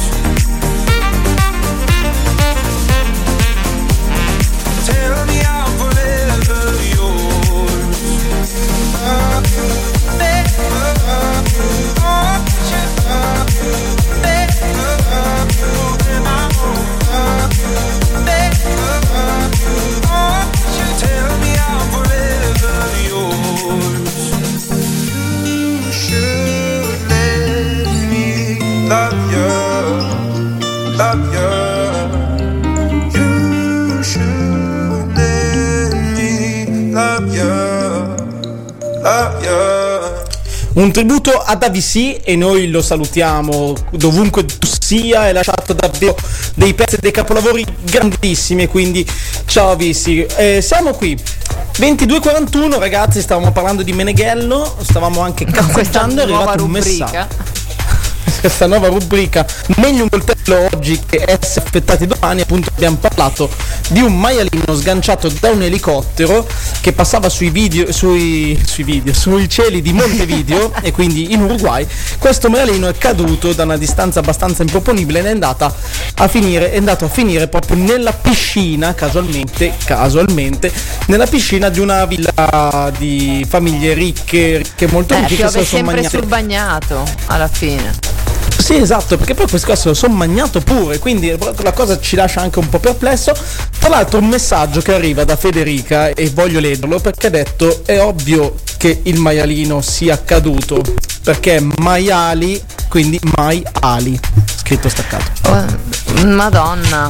Tell me I'm forever yours. Love you, love you, oh, should love you, love you, and I won't love you, love you, oh, should tell me I'm forever yours. You should let me love you, love you. You should let me love you, love you. Un tributo ad A V C e noi lo salutiamo dovunque tu sia, hai lasciato davvero dei pezzi e dei capolavori grandissimi, quindi ciao A V C. Eh, siamo qui ventidue e quarantuno, ragazzi, stavamo parlando di Meneghello, stavamo anche cazzeggiando, è nuova arrivato un rubrica. messaggio. questa nuova rubrica Meglio un coltello oggi che essere affettati domani. Appunto abbiamo parlato di un maialino sganciato da un elicottero che passava sui video sui, sui video sui cieli di Montevideo e quindi in Uruguay. Questo maialino è caduto da una distanza abbastanza improponibile ed è andata a finire è andato a finire proprio nella piscina, casualmente casualmente nella piscina di una villa di famiglie ricche ricche molto eh, ricche che piove sono sempre magnate. sul bagnato alla fine. Sì, esatto, perché poi questi qua se lo sono magnato pure, quindi la cosa ci lascia anche un po' perplesso. Tra l'altro un messaggio che arriva da Federica e voglio leggerlo perché ha detto: è ovvio che il maialino sia caduto perché maiali, quindi maiali, scritto staccato. Oh, Madonna.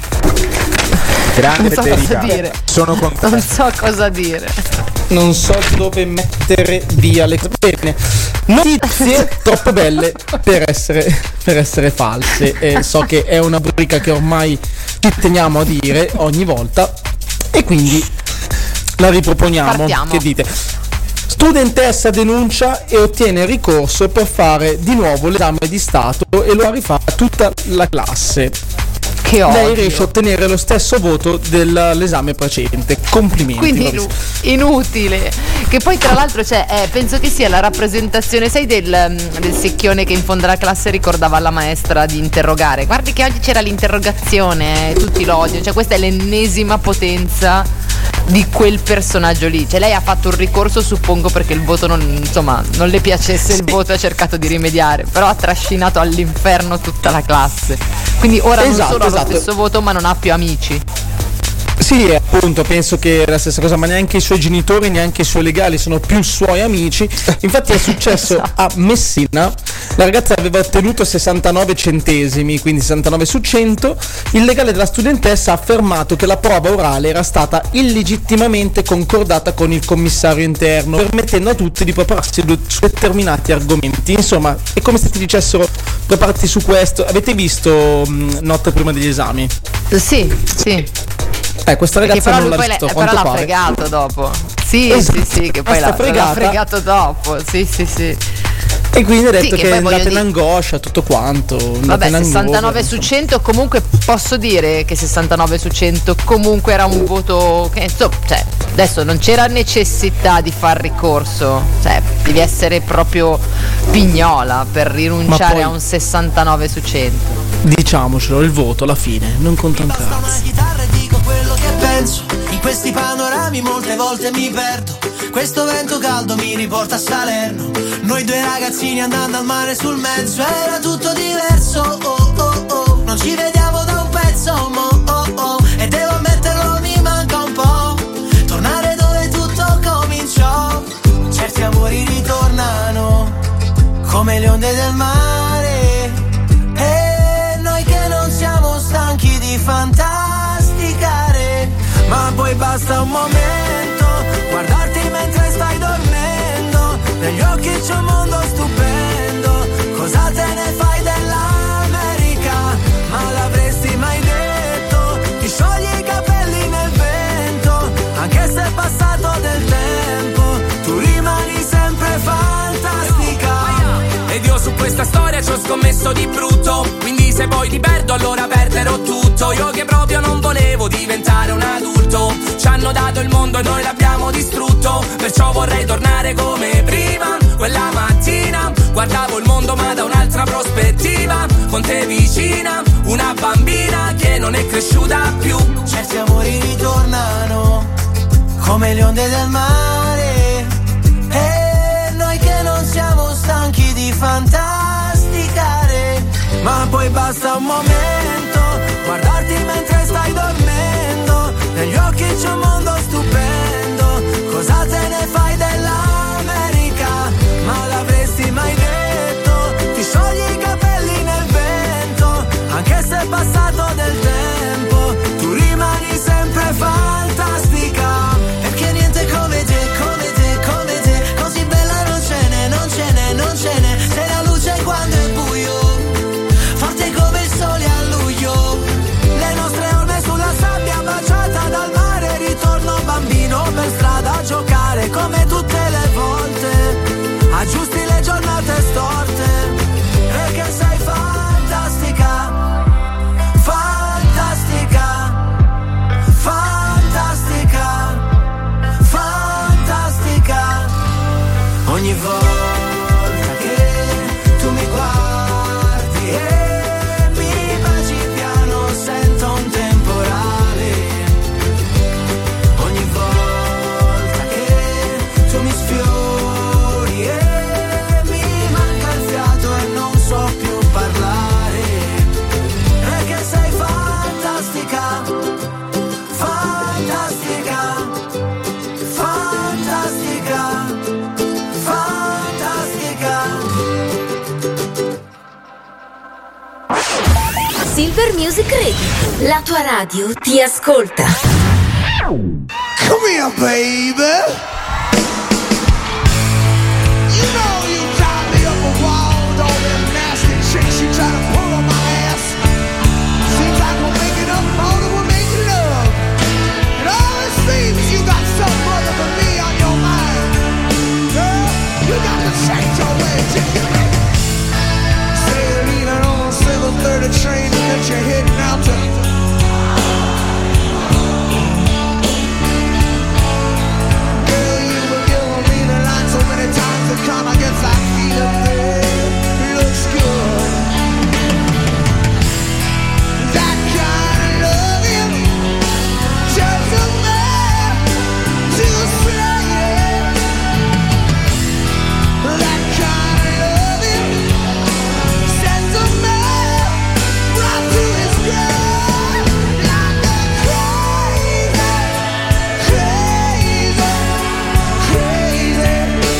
Grande Non so Federica, cosa dire. sono contento. Non so cosa dire. Non so dove mettere via le cose. Bene, notizie troppo belle per essere, per essere false. E so che è una rubrica che ormai ci teniamo a dire ogni volta e quindi la riproponiamo. Partiamo. Che dite? Studentessa denuncia e ottiene ricorso per fare di nuovo l'esame di Stato e lo rifà tutta la classe. Che odio. Lei riesce a ottenere lo stesso voto dell'esame precedente. Complimenti. Quindi inu- inutile. Che poi tra l'altro c'è, eh, penso che sia la rappresentazione, sai, del, del secchione che in fondo alla classe ricordava alla maestra di interrogare. Guardi che oggi c'era l'interrogazione, eh, tutti lo odiano. Cioè questa è l'ennesima potenza di quel personaggio lì. Cioè lei ha fatto un ricorso, suppongo, perché il voto non, insomma, non le piacesse il voto, ha cercato di rimediare, però ha trascinato all'inferno tutta la classe. Quindi ora Esatto, non solo ha lo esatto. stesso voto, ma non ha più amici. Sì, appunto, penso che è la stessa cosa, ma neanche i suoi genitori, neanche i suoi legali sono più suoi amici. Infatti è successo a Messina, la ragazza aveva ottenuto sessantanove centesimi, quindi sessantanove su cento. Il legale della studentessa ha affermato che la prova orale era stata illegittimamente concordata con il commissario interno, permettendo a tutti di prepararsi su determinati argomenti. Insomma, è come se ti dicessero: preparati su questo. Avete visto mh, Notte prima degli esami? Sì, sì. Eh, questa Perché ragazza però non lui l'ha poi visto, le- a però quanto l'ha pare. fregato dopo. Sì, Esatto. sì, sì, che poi Basta l'ha, l'ha fregata. fregato dopo. Sì, sì, sì. E quindi ha detto Sì, che che, poi è andata voglio in dire- angoscia, tutto quanto. è andata Vabbè, in angoscia, sessantanove su cento comunque posso dire che sessantanove su cento comunque era un voto che insomma, cioè, adesso non c'era necessità di far ricorso, cioè devi essere proprio pignola per rinunciare poi- a un sessantanove su cento. Diciamocelo, il voto alla fine non conta un cazzo. chitarra e dico quello che penso. In questi panorami molte volte mi perdo. Questo vento caldo mi riporta a Salerno. Noi due ragazzini andando al mare sul mezzo. Era tutto diverso, oh oh oh. Non ci vediamo da un pezzo, mo oh oh. E devo ammetterlo, mi manca un po'. Tornare dove tutto cominciò. Certi amori ritornano come le onde del mare. E noi che non siamo stanchi di fantasticare. Ma poi basta un momento, guardarti mentre stai dormendo. Negli occhi c'è un mondo stupendo. Cosa te ne fai dell'America? Ma l'avresti mai detto? Ti sciogli i capelli nel vento. Anche se è passato del tempo, tu rimani sempre fantastica. Ed io su questa storia ci ho scommesso di brutto. Quindi se poi ti perdo allora perderò tutto. Io che proprio non volevo diventare un adulto. Ci hanno dato il mondo e noi l'abbiamo distrutto. Perciò vorrei tornare come prima. Quella mattina guardavo il mondo ma da un'altra prospettiva. Con te vicina, una bambina che non è cresciuta più. Certi amori ritornano come le onde del mare. E noi che non siamo stanchi di fantasticare. Ma poi basta un momento, guardarti mentre stai dormendo. Negli occhi c'è un mondo stupendo. Cosa te ne fai dell'America? Ma l'avresti mai detto? Ti sciogli i capelli nel vento. Anche se è passato del tempo, tu rimani sempre fantastica. Perché niente come te, come te, come te. Così bella non ce n'è, non ce n'è, non ce n'è. Sei la luce quando è buio, forte come il sole a luglio. Le nostre orme sulla sabbia baciata dal mare. Ritorno bambino per strada a giocare come Silver Music Radio. La tua radio ti ascolta. Come here, baby. You know you tied me up a wall with all them nasty chicks you try to pull on my ass. Seems like we're making up more than we're making love. It always seems you got something other than me on your mind. Girl, you got to change your ways. Say you're leaning on a seven thirty train that you're heading out to. Come, I guess I feel up there. It looks good. That kind of loving just a man to slay it. That kind of loving sends a man right to his grave. Like a crazy, crazy, crazy.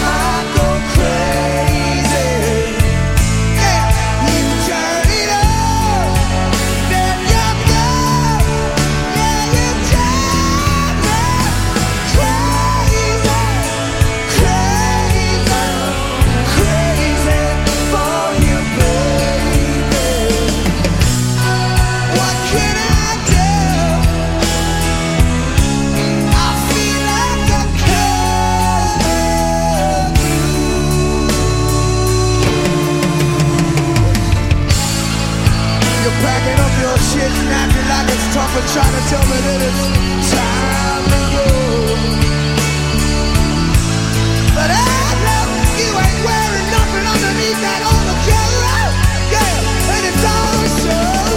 And try to tell me that it's time to go. But I know you ain't wearing nothing underneath that undercover. Yeah, and it's all show.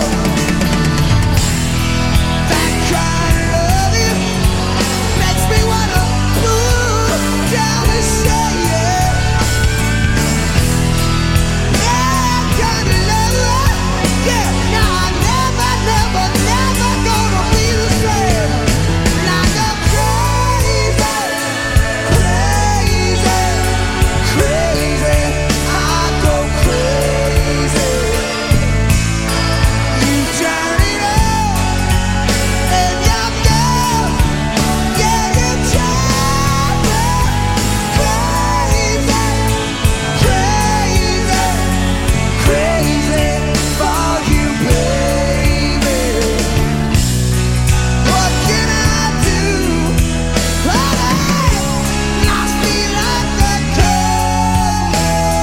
That kind of loving makes me wanna move down and say yeah. That kind of love, yeah. Now I never, never, never gonna be the same. Like a crazy, crazy, crazy. I go crazy. You turn it on and you go, yeah, you turn me crazy, crazy, crazy for you, baby. What can I do? I feel like a girl.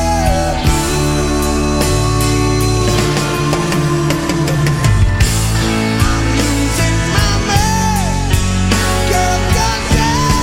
I'm losing my mind, girl, 'cause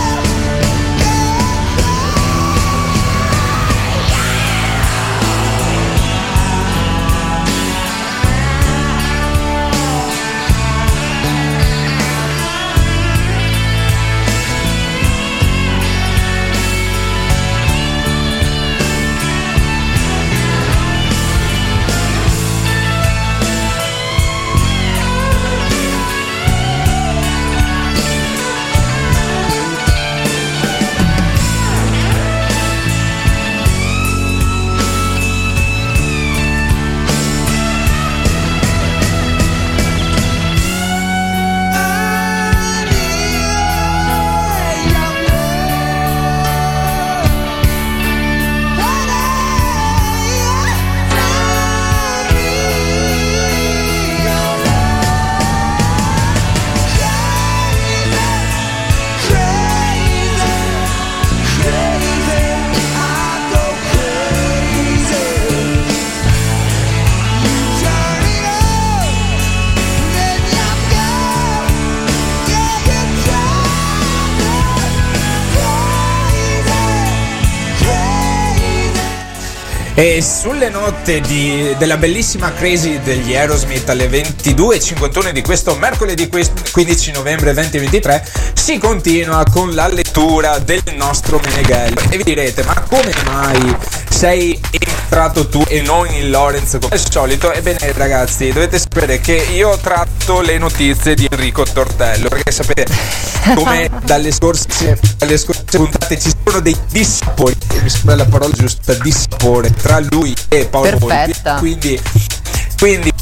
E sulle note di, della bellissima Crazy degli Aerosmith alle ventidue e cinquantuno di questo mercoledì quindici novembre duemilaventitré si continua con la lettura del nostro Meneghello. E vi direte, ma come mai sei entrato tu e non il Lorenz come al solito? Ebbene ragazzi, dovete sapere che io tratto le notizie di Enrico Tortello, perché sapete come dalle scorse, dalle scorse puntate ci sono dei dissapori, mi sembra la parola giusta, dissapore tra lui e Paolo Volpi, quindi, quindi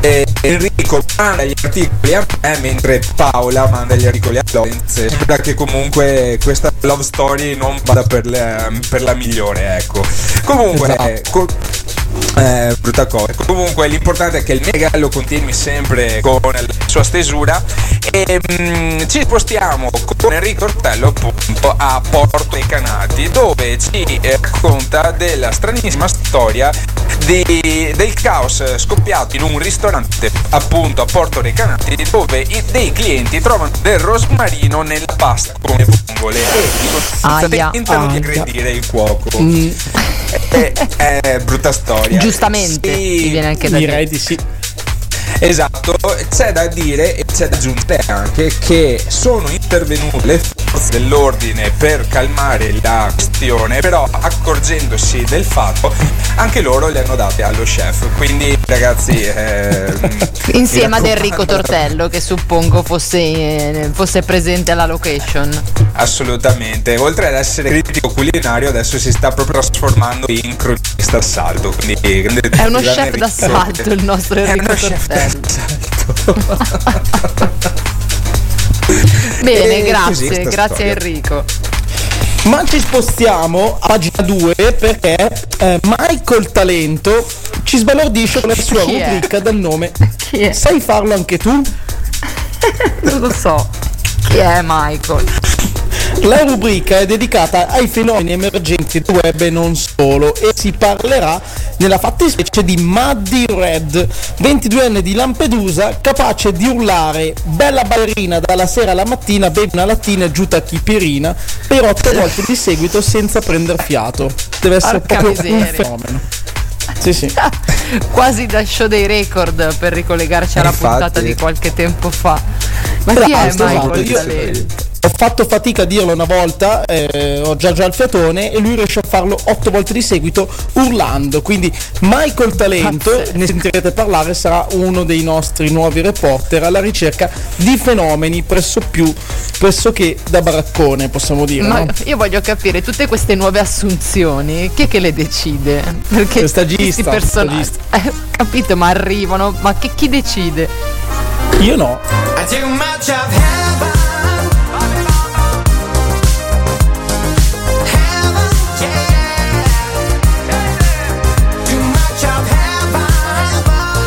eh, Enrico manda gli articoli a me mentre Paola manda gli articoli a Lorenz. Spera che comunque questa love story non vada per, le, per la migliore, ecco. Comunque esatto. eh, co- Eh, brutta cosa. Comunque l'importante è che il mega lo continui sempre con la sua stesura e mh, ci spostiamo con Enrico Tortello appunto a Porto Recanati, dove ci eh, racconta della stranissima storia di, del caos scoppiato in un ristorante appunto a Porto Recanati, dove i, dei clienti trovano del rosmarino nella pasta con le vongole e Aia. tentano di aggredire il cuoco. mm. È, è brutta storia. Giustamente, sì, ti viene anche da direi dire. di sì. Esatto, c'è da dire e c'è da aggiungere anche che sono intervenute le forze dell'ordine per calmare la questione, però accorgendosi del fatto anche loro le hanno date allo chef, quindi ragazzi eh, insieme ad Enrico Tortello, che suppongo fosse, eh, fosse presente alla location. Assolutamente, oltre ad essere critico culinario adesso si sta proprio trasformando in cronista d'assalto, quindi è uno chef d'assalto il nostro Enrico Tortello. Bene, E grazie, così sta grazie storia. Enrico. Ma ci spostiamo a pagina due perché eh, Michael Talento ci sbalordisce con la sua Chi è? rubrica dal nome. Chi è? Sai farlo anche tu? Non lo so. Chi è Michael? La rubrica è dedicata ai fenomeni emergenti del web e non solo, e si parlerà nella fattispecie di Muddy Red, ventiduenne di Lampedusa, capace di urlare bella ballerina dalla sera alla mattina, bevi una lattina e giù tachipirina per otto volte di seguito senza prender fiato. Deve essere Porca proprio un miseria. fenomeno. Sì, sì. Quasi da show dei record, per ricollegarci alla Infatti. puntata di qualche tempo fa. Ma chi è Esatto, Michael esatto. Talento? Ho fatto fatica a dirlo una volta, eh, ho già già il fiatone, e lui riesce a farlo otto volte di seguito urlando. Quindi Michael Talento, Pazzesco. ne sentirete parlare, sarà uno dei nostri nuovi reporter alla ricerca di fenomeni presso più pressoché da baraccone, possiamo dire. Ma no? io voglio capire tutte queste nuove assunzioni, chi è che le decide? Perché Il stagista, questi personaggi, stagista. eh, capito, ma arrivano, ma che chi decide? Io no. I take much of heaven. Heaven, yeah. Too much of heaven.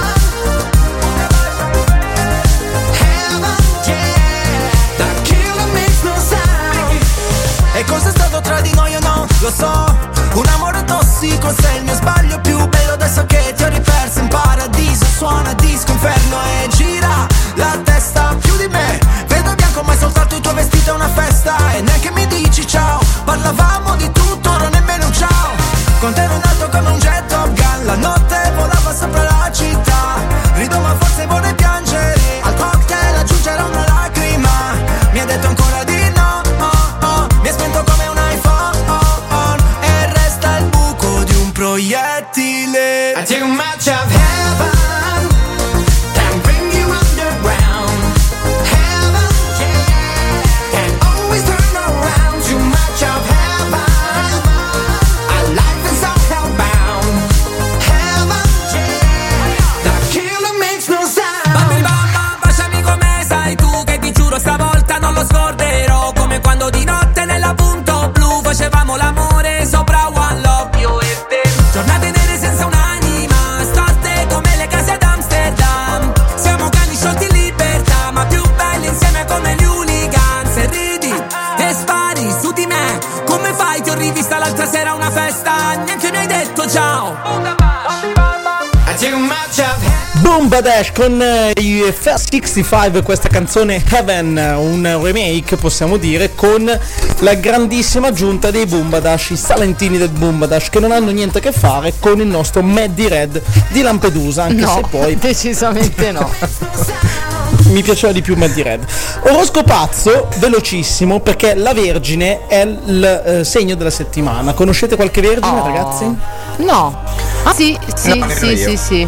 Heaven, yeah. The killer makes no sound. E cos'è stato tra di noi o no? Lo so, un amore tossico, sei il mio sbaglio più bello. Adesso che ti ho riperso in paradiso, suona disco inferno e gira la testa più di me. Vedo bianco ma è soltanto il tuo vestito è una festa. E neanche mi dici ciao, parlavamo di tutto, ora nemmeno un ciao. Con te ero in alto come un jet Top Gun, la notte volava sopra la città. Rido ma forse vorrei piangere, al cocktail aggiungerò una lacrima. Mi ha detto ancora di no, oh, oh. Mi è spento come un iPhone e resta il buco di un proiettile. I take much of heaven. Then bring you underground. Heaven, yeah. Can't always turn around. Too much of heaven. Our life is so hellbound. Heaven, yeah. The killer makes no sound. Bambi bamba, baciami come sai tu, che ti giuro stavolta non lo scorderò. Come quando di notte nella punto blu facevamo l'amore sopra One Love, io e te. Giornate nere senza un'anima, storte come le case ad Amsterdam. Siamo cani sciolti in libertà, ma più belli insieme come gli hooligans. E ridi e spari su di me. Come fai? Ti ho rivista l'altra sera a una festa, neanche mi hai detto ciao. I take much of heaven. Boom Badash con eh, i First sessantacinque, questa canzone Heaven, un remake possiamo dire, con la grandissima aggiunta dei Boom Badash, i salentini del Boom Badash, che non hanno niente a che fare con il nostro Muddy Red di Lampedusa, anche No, se poi decisamente no. mi piaceva di più Muddy Red. Oroscopazzo velocissimo, perché la Vergine è il eh, segno della settimana. Conoscete qualche Vergine, Oh. ragazzi? No. Ah, sì, sì, No, nemmeno sì, io. sì, sì.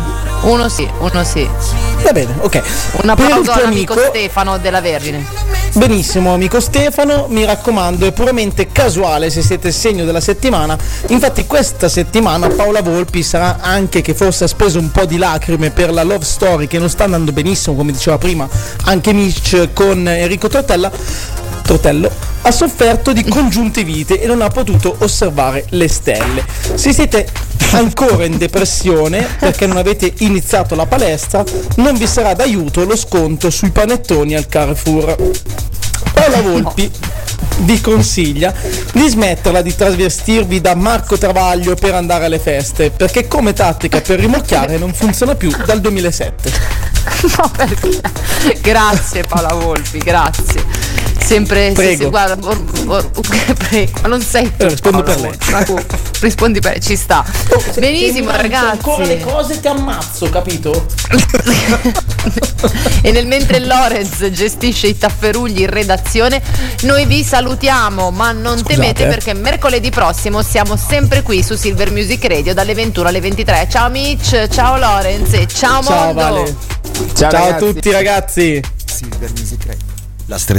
Uno sì, uno sì. Va bene, ok. Un applauso Per il tuo all'amico amico- Stefano della Vergine. Benissimo, amico Stefano, mi raccomando, è puramente casuale se siete il segno della settimana. Infatti questa settimana Paola Volpi sarà anche che forse ha speso un po' di lacrime per la love story che non sta andando benissimo, come diceva prima anche Mitch con Enrico Tortella. Tortello ha sofferto di congiuntivite e non ha potuto osservare le stelle. Se siete ancora in depressione perché non avete iniziato la palestra, non vi sarà d'aiuto lo sconto sui panettoni al Carrefour. Paola Volpi vi consiglia di smetterla di travestirvi da Marco Travaglio per andare alle feste, perché come tattica per rimorchiare non funziona più dal duemilasette. No, perché? Grazie Paola Volpi, grazie. Sempre Prego. sì, sì, guarda, or, or, prego, ma non sei tu. Eh, rispondo Paola per Volpi, ma tu rispondi per ci sta. Benissimo, Se mi mangi ragazzi. ancora le cose ti ammazzo, capito? E nel mentre Lorenz gestisce i tafferugli in redazione, noi vi salutiamo, ma non Scusate, temete eh. perché mercoledì prossimo siamo sempre qui su Silver Music Radio dalle ventuno alle ventitré. Ciao Mitch, ciao Lorenz e ciao, Ciao mondo. Vale. Ciao, a tutti ragazzi. Silver Music Radio. La stre-